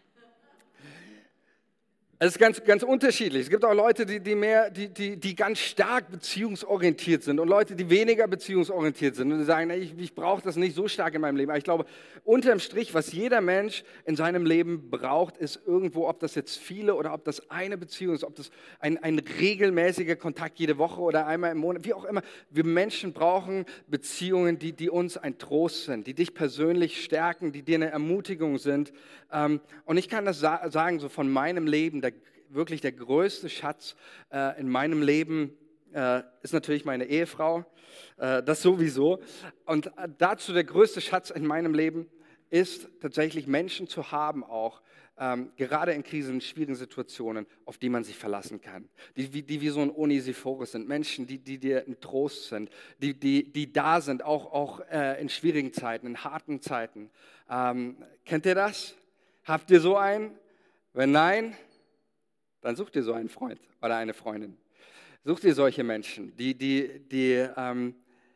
Es ist ganz, ganz unterschiedlich. Es gibt auch Leute, die, die, mehr, die, die, die ganz stark beziehungsorientiert sind und Leute, die weniger beziehungsorientiert sind und die sagen, ey, ich, ich brauche das nicht so stark in meinem Leben. Aber ich glaube, unterm Strich, was jeder Mensch in seinem Leben braucht, ist irgendwo, ob das jetzt viele oder ob das eine Beziehung ist, ob das ein, ein regelmäßiger Kontakt jede Woche oder einmal im Monat, wie auch immer. Wir Menschen brauchen Beziehungen, die, die uns ein Trost sind, die dich persönlich stärken, die dir eine Ermutigung sind. Und ich kann das sagen, so von meinem Leben, der, wirklich der größte Schatz äh, in meinem Leben äh, ist natürlich meine Ehefrau, äh, das sowieso. Und dazu der größte Schatz in meinem Leben ist tatsächlich Menschen zu haben auch, ähm, gerade in Krisen, in schwierigen Situationen, auf die man sich verlassen kann. Die, die, die wie so ein Onesiphorus sind, Menschen, die, die dir ein Trost sind, die, die, die da sind, auch, auch äh, in schwierigen Zeiten, in harten Zeiten. Ähm, kennt ihr das? Habt ihr so einen? Wenn nein, dann sucht ihr so einen Freund oder eine Freundin. Sucht ihr solche Menschen, die, die, die, ähm,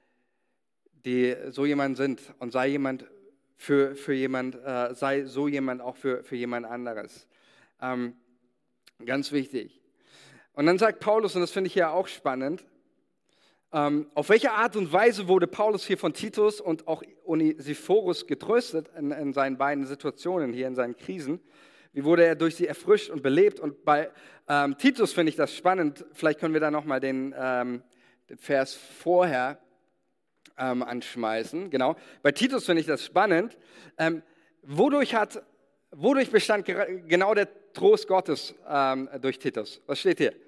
die so jemand sind und sei jemand für, für jemand, äh, sei so jemand auch für, für jemand anderes. Ähm, ganz wichtig. Und dann sagt Paulus, und das finde ich ja auch spannend, ähm, auf welche Art und Weise wurde Paulus hier von Titus und auch Onesiphorus getröstet in, in seinen beiden Situationen hier, in seinen Krisen? Wie wurde er durch sie erfrischt und belebt? Und bei ähm, Titus finde ich das spannend. Vielleicht können wir da nochmal den, ähm, den Vers vorher ähm, anschmeißen. Genau. Bei Titus finde ich das spannend. Ähm, wodurch, hat, wodurch bestand genau der Trost Gottes ähm, durch Titus? Was steht hier?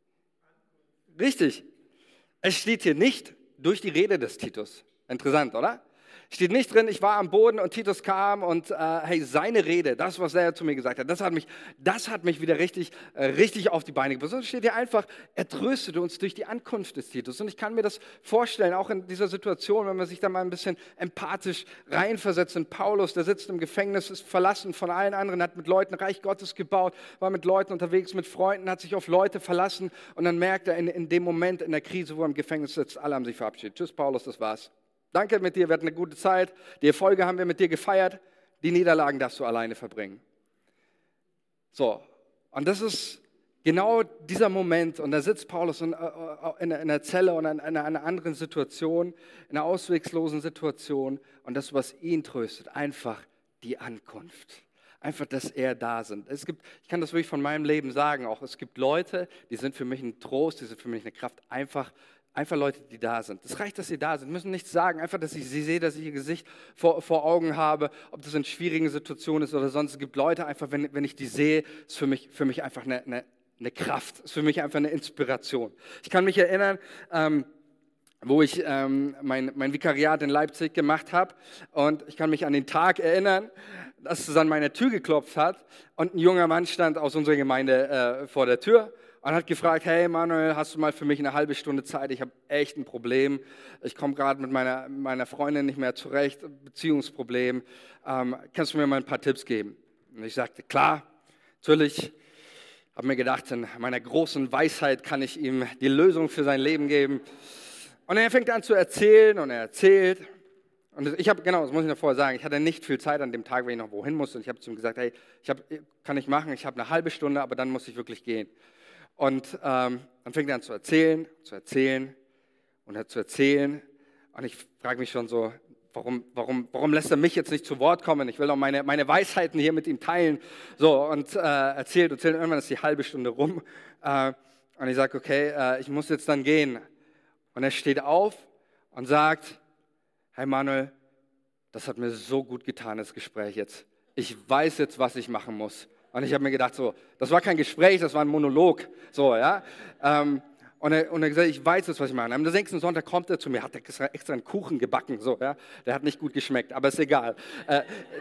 Richtig. Es steht hier nicht durch die Rede des Titus. Interessant, oder? Steht nicht drin, ich war am Boden und Titus kam und äh, hey, seine Rede, das, was er zu mir gesagt hat, das hat mich, das hat mich wieder richtig, äh, richtig auf die Beine gebracht. Sondern steht hier einfach, er tröstete uns durch die Ankunft des Titus. Und ich kann mir das vorstellen, auch in dieser Situation, wenn man sich da mal ein bisschen empathisch reinversetzt in Paulus, der sitzt im Gefängnis, ist verlassen von allen anderen, hat mit Leuten Reich Gottes gebaut, war mit Leuten unterwegs, mit Freunden, hat sich auf Leute verlassen und dann merkt er in, in dem Moment in der Krise, wo er im Gefängnis sitzt, alle haben sich verabschiedet. Tschüss Paulus, das war's. Danke mit dir, wir hatten eine gute Zeit. Die Erfolge haben wir mit dir gefeiert. Die Niederlagen darfst du alleine verbringen. So, und das ist genau dieser Moment. Und da sitzt Paulus in, in einer Zelle und in einer, einer anderen Situation, in einer auswegslosen Situation. Und das, was ihn tröstet, einfach die Ankunft. Einfach, dass er da sind. Es gibt, ich kann das wirklich von meinem Leben sagen auch, es gibt Leute, die sind für mich ein Trost, die sind für mich eine Kraft, einfach Einfach Leute, die da sind. Es reicht, dass sie da sind. Müssen nichts sagen. Einfach, dass ich sie sehe, dass ich ihr Gesicht vor, vor Augen habe. Ob das in schwierigen Situationen ist oder sonst. Es gibt Leute, einfach, wenn, wenn ich die sehe, ist für mich, für mich einfach eine, eine, eine Kraft. Ist für mich einfach eine Inspiration. Ich kann mich erinnern, ähm, wo ich ähm, mein, mein Vikariat in Leipzig gemacht habe. Und ich kann mich an den Tag erinnern, dass es an meine Tür geklopft hat. Und ein junger Mann stand aus unserer Gemeinde äh, vor der Tür. Und hat gefragt, hey Manuel, hast du mal für mich eine halbe Stunde Zeit? Ich habe echt ein Problem. Ich komme gerade mit meiner, meiner Freundin nicht mehr zurecht, Beziehungsproblem. Ähm, kannst du mir mal ein paar Tipps geben? Und ich sagte, klar, natürlich. Habe mir gedacht, in meiner großen Weisheit kann ich ihm die Lösung für sein Leben geben. Und er fängt an zu erzählen und er erzählt. Und ich habe, genau, das muss ich noch vorher sagen, ich hatte nicht viel Zeit an dem Tag, weil ich noch wohin musste. Und ich habe zu ihm gesagt, hey, ich hab, kann ich machen, ich habe eine halbe Stunde, aber dann muss ich wirklich gehen. Und ähm, dann fängt er an zu erzählen, zu erzählen und er zu erzählen. Und ich frage mich schon so, warum, warum, warum lässt er mich jetzt nicht zu Wort kommen? Ich will doch meine, meine Weisheiten hier mit ihm teilen. So, und äh, erzählt, erzählt, irgendwann ist die halbe Stunde rum. Äh, und ich sage, okay, äh, ich muss jetzt dann gehen. Und er steht auf und sagt, hey Manuel, das hat mir so gut getan, das Gespräch jetzt. Ich weiß jetzt, was ich machen muss. Und ich habe mir gedacht, so, das war kein Gespräch, das war ein Monolog. So, ja. Ähm, und er hat gesagt, ich weiß jetzt, was ich mache. Am nächsten Sonntag kommt er zu mir, hat extra, extra einen Kuchen gebacken. So, ja. Der hat nicht gut geschmeckt, aber ist egal. Äh,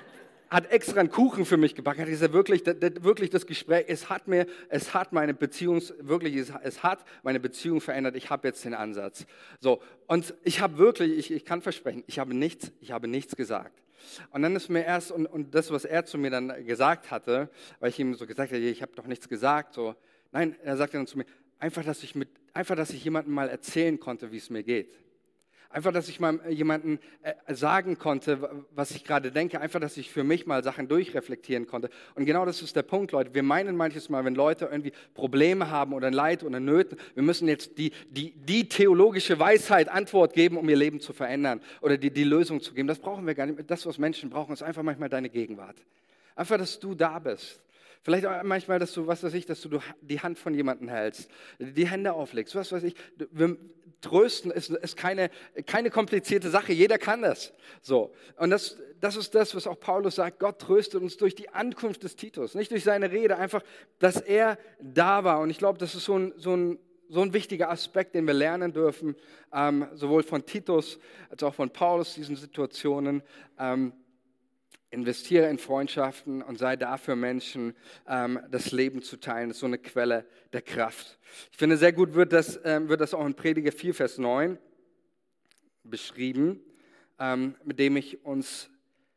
hat extra einen Kuchen für mich gebacken, hat gesagt, wirklich, das, das, wirklich das Gespräch, es hat mir, es hat meine Beziehung, wirklich, es, es hat meine Beziehung verändert, ich habe jetzt den Ansatz. So, und ich habe wirklich, ich, ich kann versprechen, ich habe nichts, ich habe nichts gesagt. Und dann ist mir erst, und, und das, was er zu mir dann gesagt hatte, weil ich ihm so gesagt habe, ich habe doch nichts gesagt, so, nein, er sagte dann zu mir, einfach, dass ich mit, einfach, dass ich jemandem mal erzählen konnte, wie es mir geht. Einfach, dass ich mal jemandem sagen konnte, was ich gerade denke. Einfach, dass ich für mich mal Sachen durchreflektieren konnte. Und genau das ist der Punkt, Leute. Wir meinen manches Mal, wenn Leute irgendwie Probleme haben oder Leid oder Nöte, wir müssen jetzt die, die, die theologische Weisheit Antwort geben, um ihr Leben zu verändern oder die, die Lösung zu geben. Das brauchen wir gar nicht. Das, was Menschen brauchen, ist einfach manchmal deine Gegenwart. Einfach, dass du da bist. Vielleicht auch manchmal, dass du, was weiß ich, dass du die Hand von jemandem hältst, die Hände auflegst, was weiß ich. Wir, Trösten ist, ist keine, keine komplizierte Sache, jeder kann das. So. Und das, das ist das, was auch Paulus sagt, Gott tröstet uns durch die Ankunft des Titus, nicht durch seine Rede, einfach, dass er da war. Und ich glaube, das ist so ein, so ein, so ein wichtiger Aspekt, den wir lernen dürfen, ähm, sowohl von Titus als auch von Paulus, diesen Situationen. Ähm, Investiere in Freundschaften und sei da für Menschen, ähm, das Leben zu teilen. Das ist so eine Quelle der Kraft. Ich finde, sehr gut wird das, ähm, wird das auch in Prediger vier, Vers neun beschrieben, ähm, mit dem ich uns,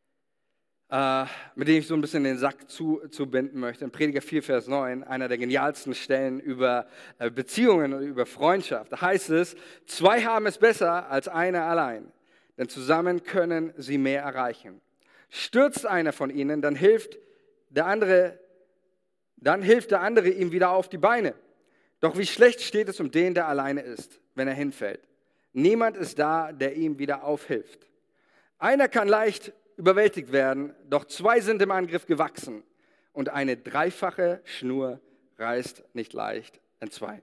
äh, mit dem ich so ein bisschen den Sack zu, zubinden möchte. In Prediger vier, Vers neun, einer der genialsten Stellen über äh, Beziehungen und über Freundschaft. Da heißt es, zwei haben es besser als einer allein, denn zusammen können sie mehr erreichen. Stürzt einer von ihnen, dann hilft der andere, dann hilft der andere ihm wieder auf die Beine. Doch wie schlecht steht es um den, der alleine ist, wenn er hinfällt. Niemand ist da, der ihm wieder aufhilft. Einer kann leicht überwältigt werden, doch zwei sind im Angriff gewachsen. Und eine dreifache Schnur reißt nicht leicht entzwei.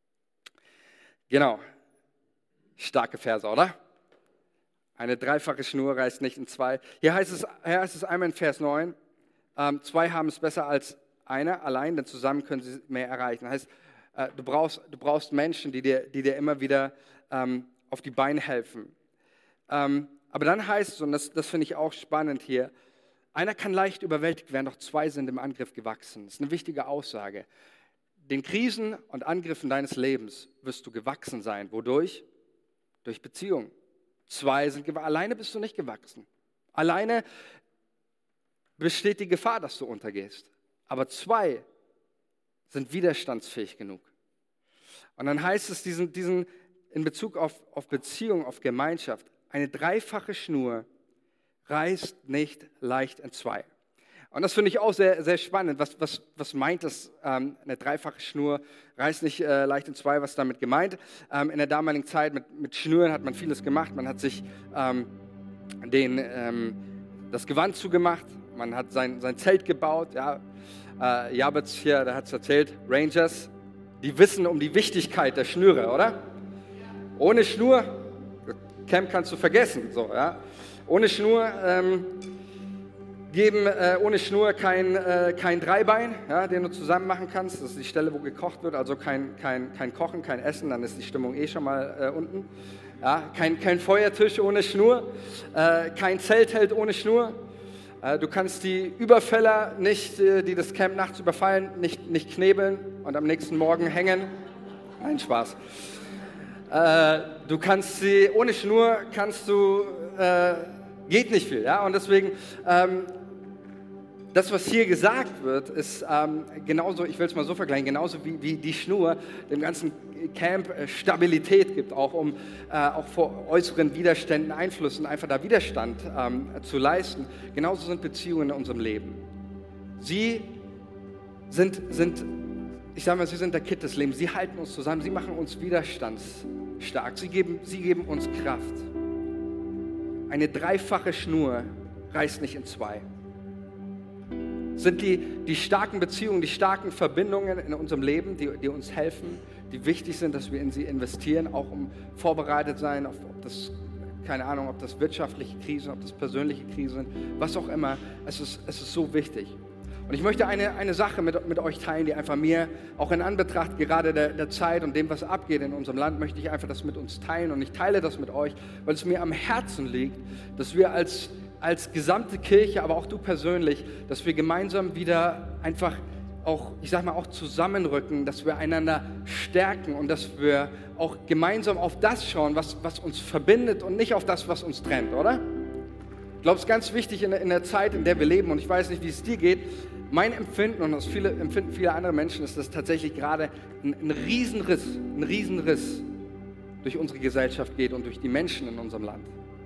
Genau, starke Verse, oder? Eine dreifache Schnur reißt nicht in zwei. Hier heißt es, hier heißt es einmal in Vers neun, ähm, zwei haben es besser als einer allein, denn zusammen können sie mehr erreichen. Das heißt, äh, du, brauchst, du brauchst Menschen, die dir, die dir immer wieder ähm, auf die Beine helfen. Ähm, aber dann heißt es, und das, das finde ich auch spannend hier, einer kann leicht überwältigt werden, doch zwei sind im Angriff gewachsen. Das ist eine wichtige Aussage. Den Krisen und Angriffen deines Lebens wirst du gewachsen sein. Wodurch? Durch Beziehungen. Zwei sind gewachsen. Alleine bist du nicht gewachsen. Alleine besteht die Gefahr, dass du untergehst. Aber zwei sind widerstandsfähig genug. Und dann heißt es diesen, diesen, in Bezug auf, auf Beziehung, auf Gemeinschaft, eine dreifache Schnur reißt nicht leicht entzwei. Und das finde ich auch sehr, sehr spannend. Was, was, was meint das? Ähm, eine dreifache Schnur reißt nicht äh, leicht entzwei. Was ist damit gemeint? Ähm, in der damaligen Zeit mit, mit Schnüren hat man vieles gemacht. Man hat sich ähm, den, ähm, das Gewand zugemacht. Man hat sein, sein Zelt gebaut. Ja. Äh, Jabez hier, der hat es erzählt, Rangers, die wissen um die Wichtigkeit der Schnüre, oder? Ohne Schnur, Camp kannst du vergessen. So, ja. Ohne Schnur... Ähm, geben äh, ohne Schnur kein, äh, kein Dreibein, ja, den du zusammen machen kannst. Das ist die Stelle, wo gekocht wird, also kein, kein, kein Kochen, kein Essen, dann ist die Stimmung eh schon mal äh, unten. Ja, kein, kein Feuertisch ohne Schnur, äh, kein Zeltheld ohne Schnur. Äh, du kannst die Überfäller, nicht, äh, die das Camp nachts überfallen, nicht, nicht knebeln und am nächsten Morgen hängen. Nein, Spaß. Äh, du kannst sie, ohne Schnur kannst du, äh, geht nicht viel. Ja? Und deswegen... Ähm, Das, was hier gesagt wird, ist ähm, genauso, ich will es mal so vergleichen, genauso wie, wie die Schnur dem ganzen Camp äh, Stabilität gibt, auch um äh, auch vor äußeren Widerständen, Einflüssen einfach da Widerstand ähm, zu leisten. Genauso sind Beziehungen in unserem Leben. Sie sind, sind, ich sage mal, sie sind der Kitt des Lebens. Sie halten uns zusammen, sie machen uns widerstandsstark, sie geben, sie geben uns Kraft. Eine dreifache Schnur reißt nicht in zwei. Sind die, die starken Beziehungen, die starken Verbindungen in unserem Leben, die, die uns helfen, die wichtig sind, dass wir in sie investieren, auch um vorbereitet sein, auf, ob das, keine Ahnung, ob das wirtschaftliche Krisen, ob das persönliche Krisen sind, was auch immer. Es ist, es ist so wichtig. Und ich möchte eine, eine Sache mit, mit euch teilen, die einfach mir, auch in Anbetracht gerade der, der Zeit und dem, was abgeht in unserem Land, möchte ich einfach das mit uns teilen. Und ich teile das mit euch, weil es mir am Herzen liegt, dass wir als als gesamte Kirche, aber auch du persönlich, dass wir gemeinsam wieder einfach auch, ich sag mal, auch zusammenrücken, dass wir einander stärken und dass wir auch gemeinsam auf das schauen, was, was uns verbindet und nicht auf das, was uns trennt, oder? Ich glaube, es ist ganz wichtig in der, in der Zeit, in der wir leben, und ich weiß nicht, wie es dir geht, mein Empfinden und das viele, empfinden viele andere Menschen, ist, dass tatsächlich gerade ein, ein Riesenriss, ein Riesenriss durch unsere Gesellschaft geht und durch die Menschen in unserem Land.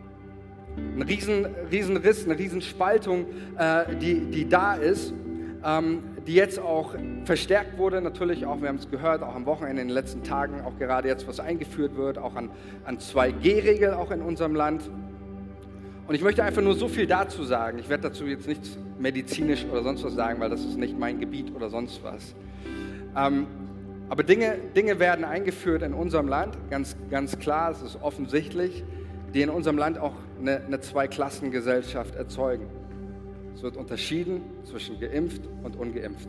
Ein riesen, Riesenriss, eine Riesenspaltung, äh, die, die da ist, ähm, die jetzt auch verstärkt wurde, natürlich auch, wir haben es gehört, auch am Wochenende, in den letzten Tagen, auch gerade jetzt, was eingeführt wird, auch an, an zwei G Regel auch in unserem Land. Und ich möchte einfach nur so viel dazu sagen. Ich werde dazu jetzt nichts medizinisch oder sonst was sagen, weil das ist nicht mein Gebiet oder sonst was. Ähm, aber Dinge, Dinge werden eingeführt in unserem Land, ganz, ganz klar, es ist offensichtlich, die in unserem Land auch eine, eine Zweiklassengesellschaft erzeugen. Es wird unterschieden zwischen geimpft und ungeimpft.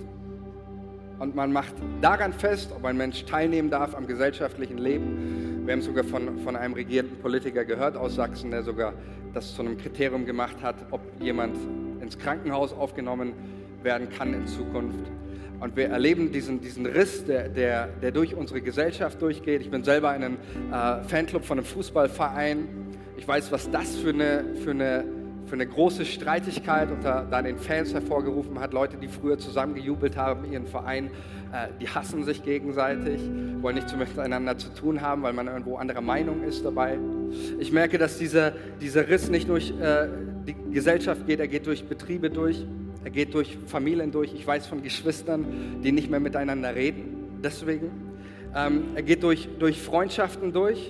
Und man macht daran fest, ob ein Mensch teilnehmen darf am gesellschaftlichen Leben. Wir haben sogar von, von einem regierenden Politiker gehört aus Sachsen, der sogar das zu einem Kriterium gemacht hat, ob jemand ins Krankenhaus aufgenommen werden kann in Zukunft. Und wir erleben diesen, diesen Riss, der, der, der durch unsere Gesellschaft durchgeht. Ich bin selber in einem äh, Fanclub von einem Fußballverein. Ich weiß, was das für eine, für eine, für eine große Streitigkeit unter da den Fans hervorgerufen hat. Leute, die früher zusammengejubelt haben, ihren Verein, äh, die hassen sich gegenseitig, wollen nichts miteinander zu tun haben, weil man irgendwo anderer Meinung ist dabei. Ich merke, dass dieser, dieser Riss nicht durch äh, die Gesellschaft geht, er geht durch Betriebe durch, er geht durch Familien durch. Ich weiß von Geschwistern, die nicht mehr miteinander reden, deswegen. Ähm, er geht durch, durch Freundschaften durch.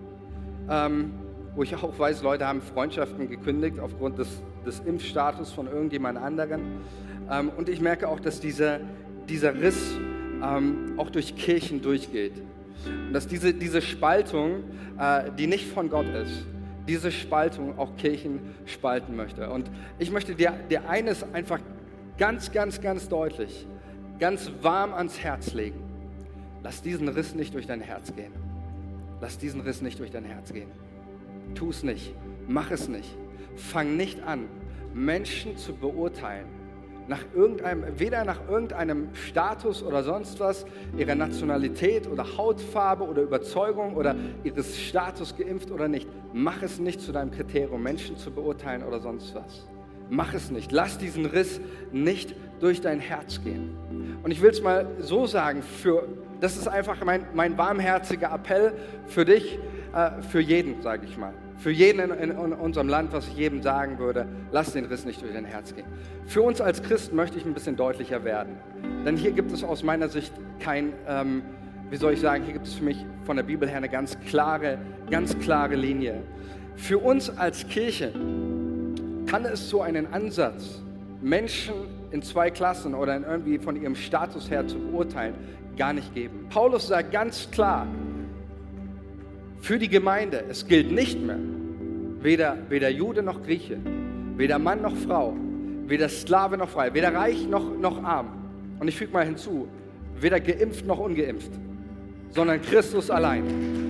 Ähm, wo ich auch weiß, Leute haben Freundschaften gekündigt aufgrund des, des Impfstatus von irgendjemand anderen. Ähm, und ich merke auch, dass dieser, dieser Riss ähm, auch durch Kirchen durchgeht. Und dass diese, diese Spaltung, äh, die nicht von Gott ist, diese Spaltung auch Kirchen spalten möchte. Und ich möchte dir, dir eines einfach ganz, ganz, ganz deutlich, ganz warm ans Herz legen. Lass diesen Riss nicht durch dein Herz gehen. Lass diesen Riss nicht durch dein Herz gehen. Tu es nicht, mach es nicht. Fang nicht an, Menschen zu beurteilen, nach irgendeinem, weder nach irgendeinem Status oder sonst was, ihrer Nationalität oder Hautfarbe oder Überzeugung oder ihres Status, geimpft oder nicht. Mach es nicht zu deinem Kriterium, Menschen zu beurteilen oder sonst was. Mach es nicht. Lass diesen Riss nicht durch dein Herz gehen. Und ich will es mal so sagen, für, das ist einfach mein, mein warmherziger Appell für dich, äh, für jeden, sage ich mal. Für jeden in, in, in unserem Land, was ich jedem sagen würde, lass den Riss nicht durch dein Herz gehen. Für uns als Christen möchte ich ein bisschen deutlicher werden. Denn hier gibt es aus meiner Sicht kein, ähm, wie soll ich sagen, hier gibt es für mich von der Bibel her eine ganz klare, ganz klare Linie. Für uns als Kirche kann es so einen Ansatz, Menschen in zwei Klassen oder in irgendwie von ihrem Status her zu beurteilen, gar nicht geben. Paulus sagt ganz klar, für die Gemeinde, es gilt nicht mehr, weder, weder Jude noch Grieche, weder Mann noch Frau, weder Sklave noch frei, weder reich noch, noch arm. Und ich füge mal hinzu, weder geimpft noch ungeimpft, sondern Christus allein.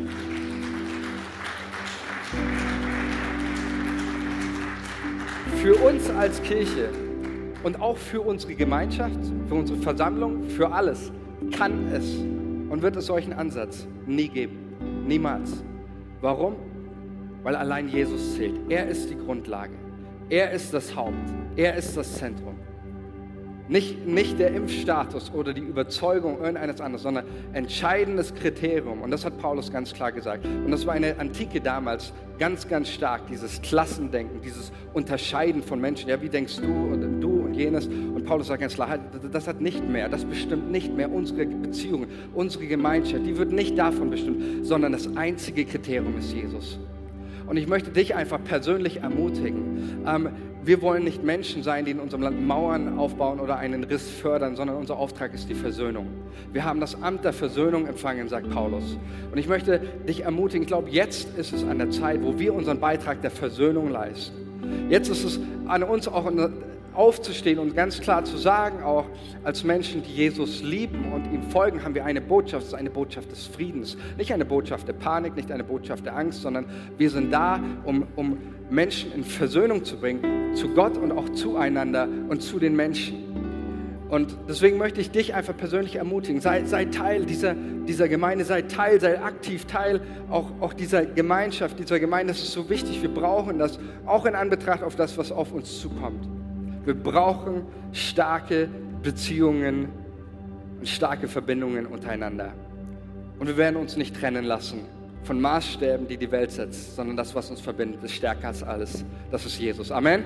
Für uns als Kirche und auch für unsere Gemeinschaft, für unsere Versammlung, für alles kann es und wird es solchen Ansatz nie geben. Niemals. Warum? Weil allein Jesus zählt. Er ist die Grundlage. Er ist das Haupt. Er ist das Zentrum. Nicht, nicht der Impfstatus oder die Überzeugung irgendeines anderen, sondern entscheidendes Kriterium. Und das hat Paulus ganz klar gesagt. Und das war in der Antike damals ganz, ganz stark, dieses Klassendenken, dieses Unterscheiden von Menschen. Ja, wie denkst du und du und jenes? Und Paulus sagt ganz klar, das hat nicht mehr, das bestimmt nicht mehr unsere Beziehungen, unsere Gemeinschaft. Die wird nicht davon bestimmt, sondern das einzige Kriterium ist Jesus. Und ich möchte dich einfach persönlich ermutigen. Ähm, wir wollen nicht Menschen sein, die in unserem Land Mauern aufbauen oder einen Riss fördern, sondern unser Auftrag ist die Versöhnung. Wir haben das Amt der Versöhnung empfangen, sagt Paulus. Und ich möchte dich ermutigen, ich glaube, jetzt ist es an der Zeit, wo wir unseren Beitrag der Versöhnung leisten. Jetzt ist es an uns auch aufzustehen und ganz klar zu sagen, auch als Menschen, die Jesus lieben und ihm folgen, haben wir eine Botschaft, das ist eine Botschaft des Friedens. Nicht eine Botschaft der Panik, nicht eine Botschaft der Angst, sondern wir sind da, um, um Menschen in Versöhnung zu bringen, zu Gott und auch zueinander und zu den Menschen. Und deswegen möchte ich dich einfach persönlich ermutigen, sei, sei Teil dieser, dieser Gemeinde, sei Teil, sei aktiv Teil auch, auch dieser Gemeinschaft, dieser Gemeinde. Das ist so wichtig, wir brauchen das, auch in Anbetracht auf das, was auf uns zukommt. Wir brauchen starke Beziehungen und starke Verbindungen untereinander. Und wir werden uns nicht trennen lassen von Maßstäben, die die Welt setzt, sondern das, was uns verbindet, ist stärker als alles. Das ist Jesus. Amen.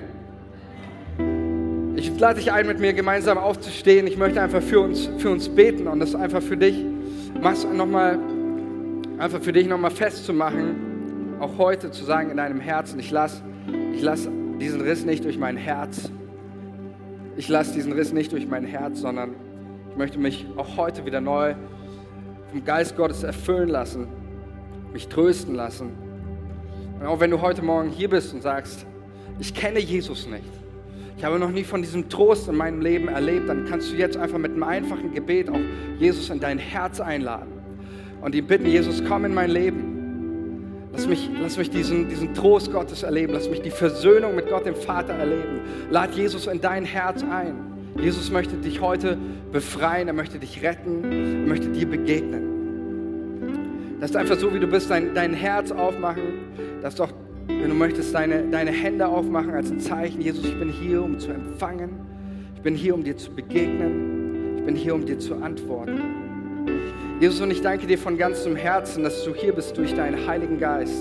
Ich lade dich ein, mit mir gemeinsam aufzustehen. Ich möchte einfach für uns, für uns beten und das einfach für dich, mach's noch mal, einfach für dich nochmal festzumachen, auch heute zu sagen in deinem Herzen, ich lasse ich lass diesen Riss nicht durch mein Herz, ich lasse diesen Riss nicht durch mein Herz, sondern ich möchte mich auch heute wieder neu vom Geist Gottes erfüllen lassen, mich trösten lassen. Und auch wenn du heute Morgen hier bist und sagst, ich kenne Jesus nicht, ich habe noch nie von diesem Trost in meinem Leben erlebt, dann kannst du jetzt einfach mit einem einfachen Gebet auch Jesus in dein Herz einladen und ihn bitten, Jesus, komm in mein Leben. Lass mich, lass mich diesen, diesen Trost Gottes erleben, lass mich die Versöhnung mit Gott, dem Vater, erleben. Lad Jesus in dein Herz ein. Jesus möchte dich heute befreien, er möchte dich retten, er möchte dir begegnen. Das ist einfach so, wie du bist, dein, dein Herz aufmachen, das doch wenn du möchtest, deine, deine Hände aufmachen als ein Zeichen. Jesus, ich bin hier, um zu empfangen. Ich bin hier, um dir zu begegnen. Ich bin hier, um dir zu antworten. Jesus, und ich danke dir von ganzem Herzen, dass du hier bist durch deinen Heiligen Geist.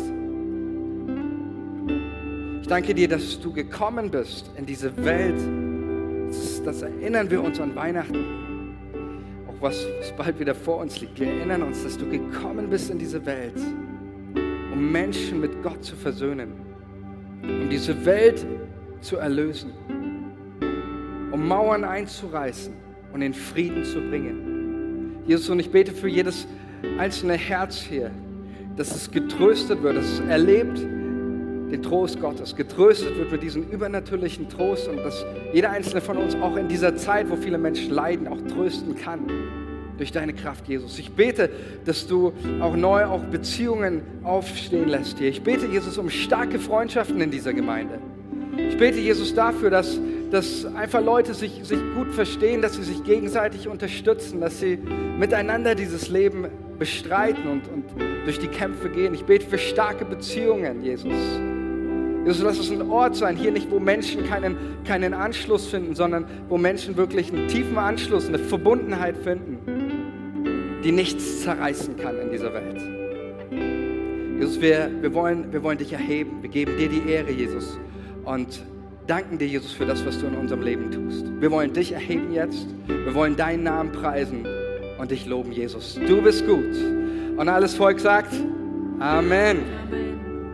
Ich danke dir, dass du gekommen bist in diese Welt. Das, das erinnern wir uns an Weihnachten. Auch was, was bald wieder vor uns liegt. Wir erinnern uns, dass du gekommen bist in diese Welt, um Menschen mit Gott zu versöhnen, um diese Welt zu erlösen, um Mauern einzureißen und in Frieden zu bringen. Jesus, und ich bete für jedes einzelne Herz hier, dass es getröstet wird, dass es erlebt den Trost Gottes, getröstet wird mit diesem übernatürlichen Trost und dass jeder einzelne von uns auch in dieser Zeit, wo viele Menschen leiden, auch trösten kann. Durch deine Kraft, Jesus. Ich bete, dass du auch neu auch Beziehungen aufstehen lässt hier. Ich bete, Jesus, um starke Freundschaften in dieser Gemeinde. Ich bete, Jesus, dafür, dass, dass einfach Leute sich, sich gut verstehen, dass sie sich gegenseitig unterstützen, dass sie miteinander dieses Leben bestreiten und, und durch die Kämpfe gehen. Ich bete für starke Beziehungen, Jesus. Jesus, lass es ein Ort sein, hier nicht, wo Menschen keinen, keinen Anschluss finden, sondern wo Menschen wirklich einen tiefen Anschluss, eine Verbundenheit finden, die nichts zerreißen kann in dieser Welt. Jesus, wir, wir, wollen, wir wollen dich erheben. Wir geben dir die Ehre, Jesus, und danken dir, Jesus, für das, was du in unserem Leben tust. Wir wollen dich erheben jetzt. Wir wollen deinen Namen preisen und dich loben, Jesus. Du bist gut. Und alles Volk sagt Amen. Amen.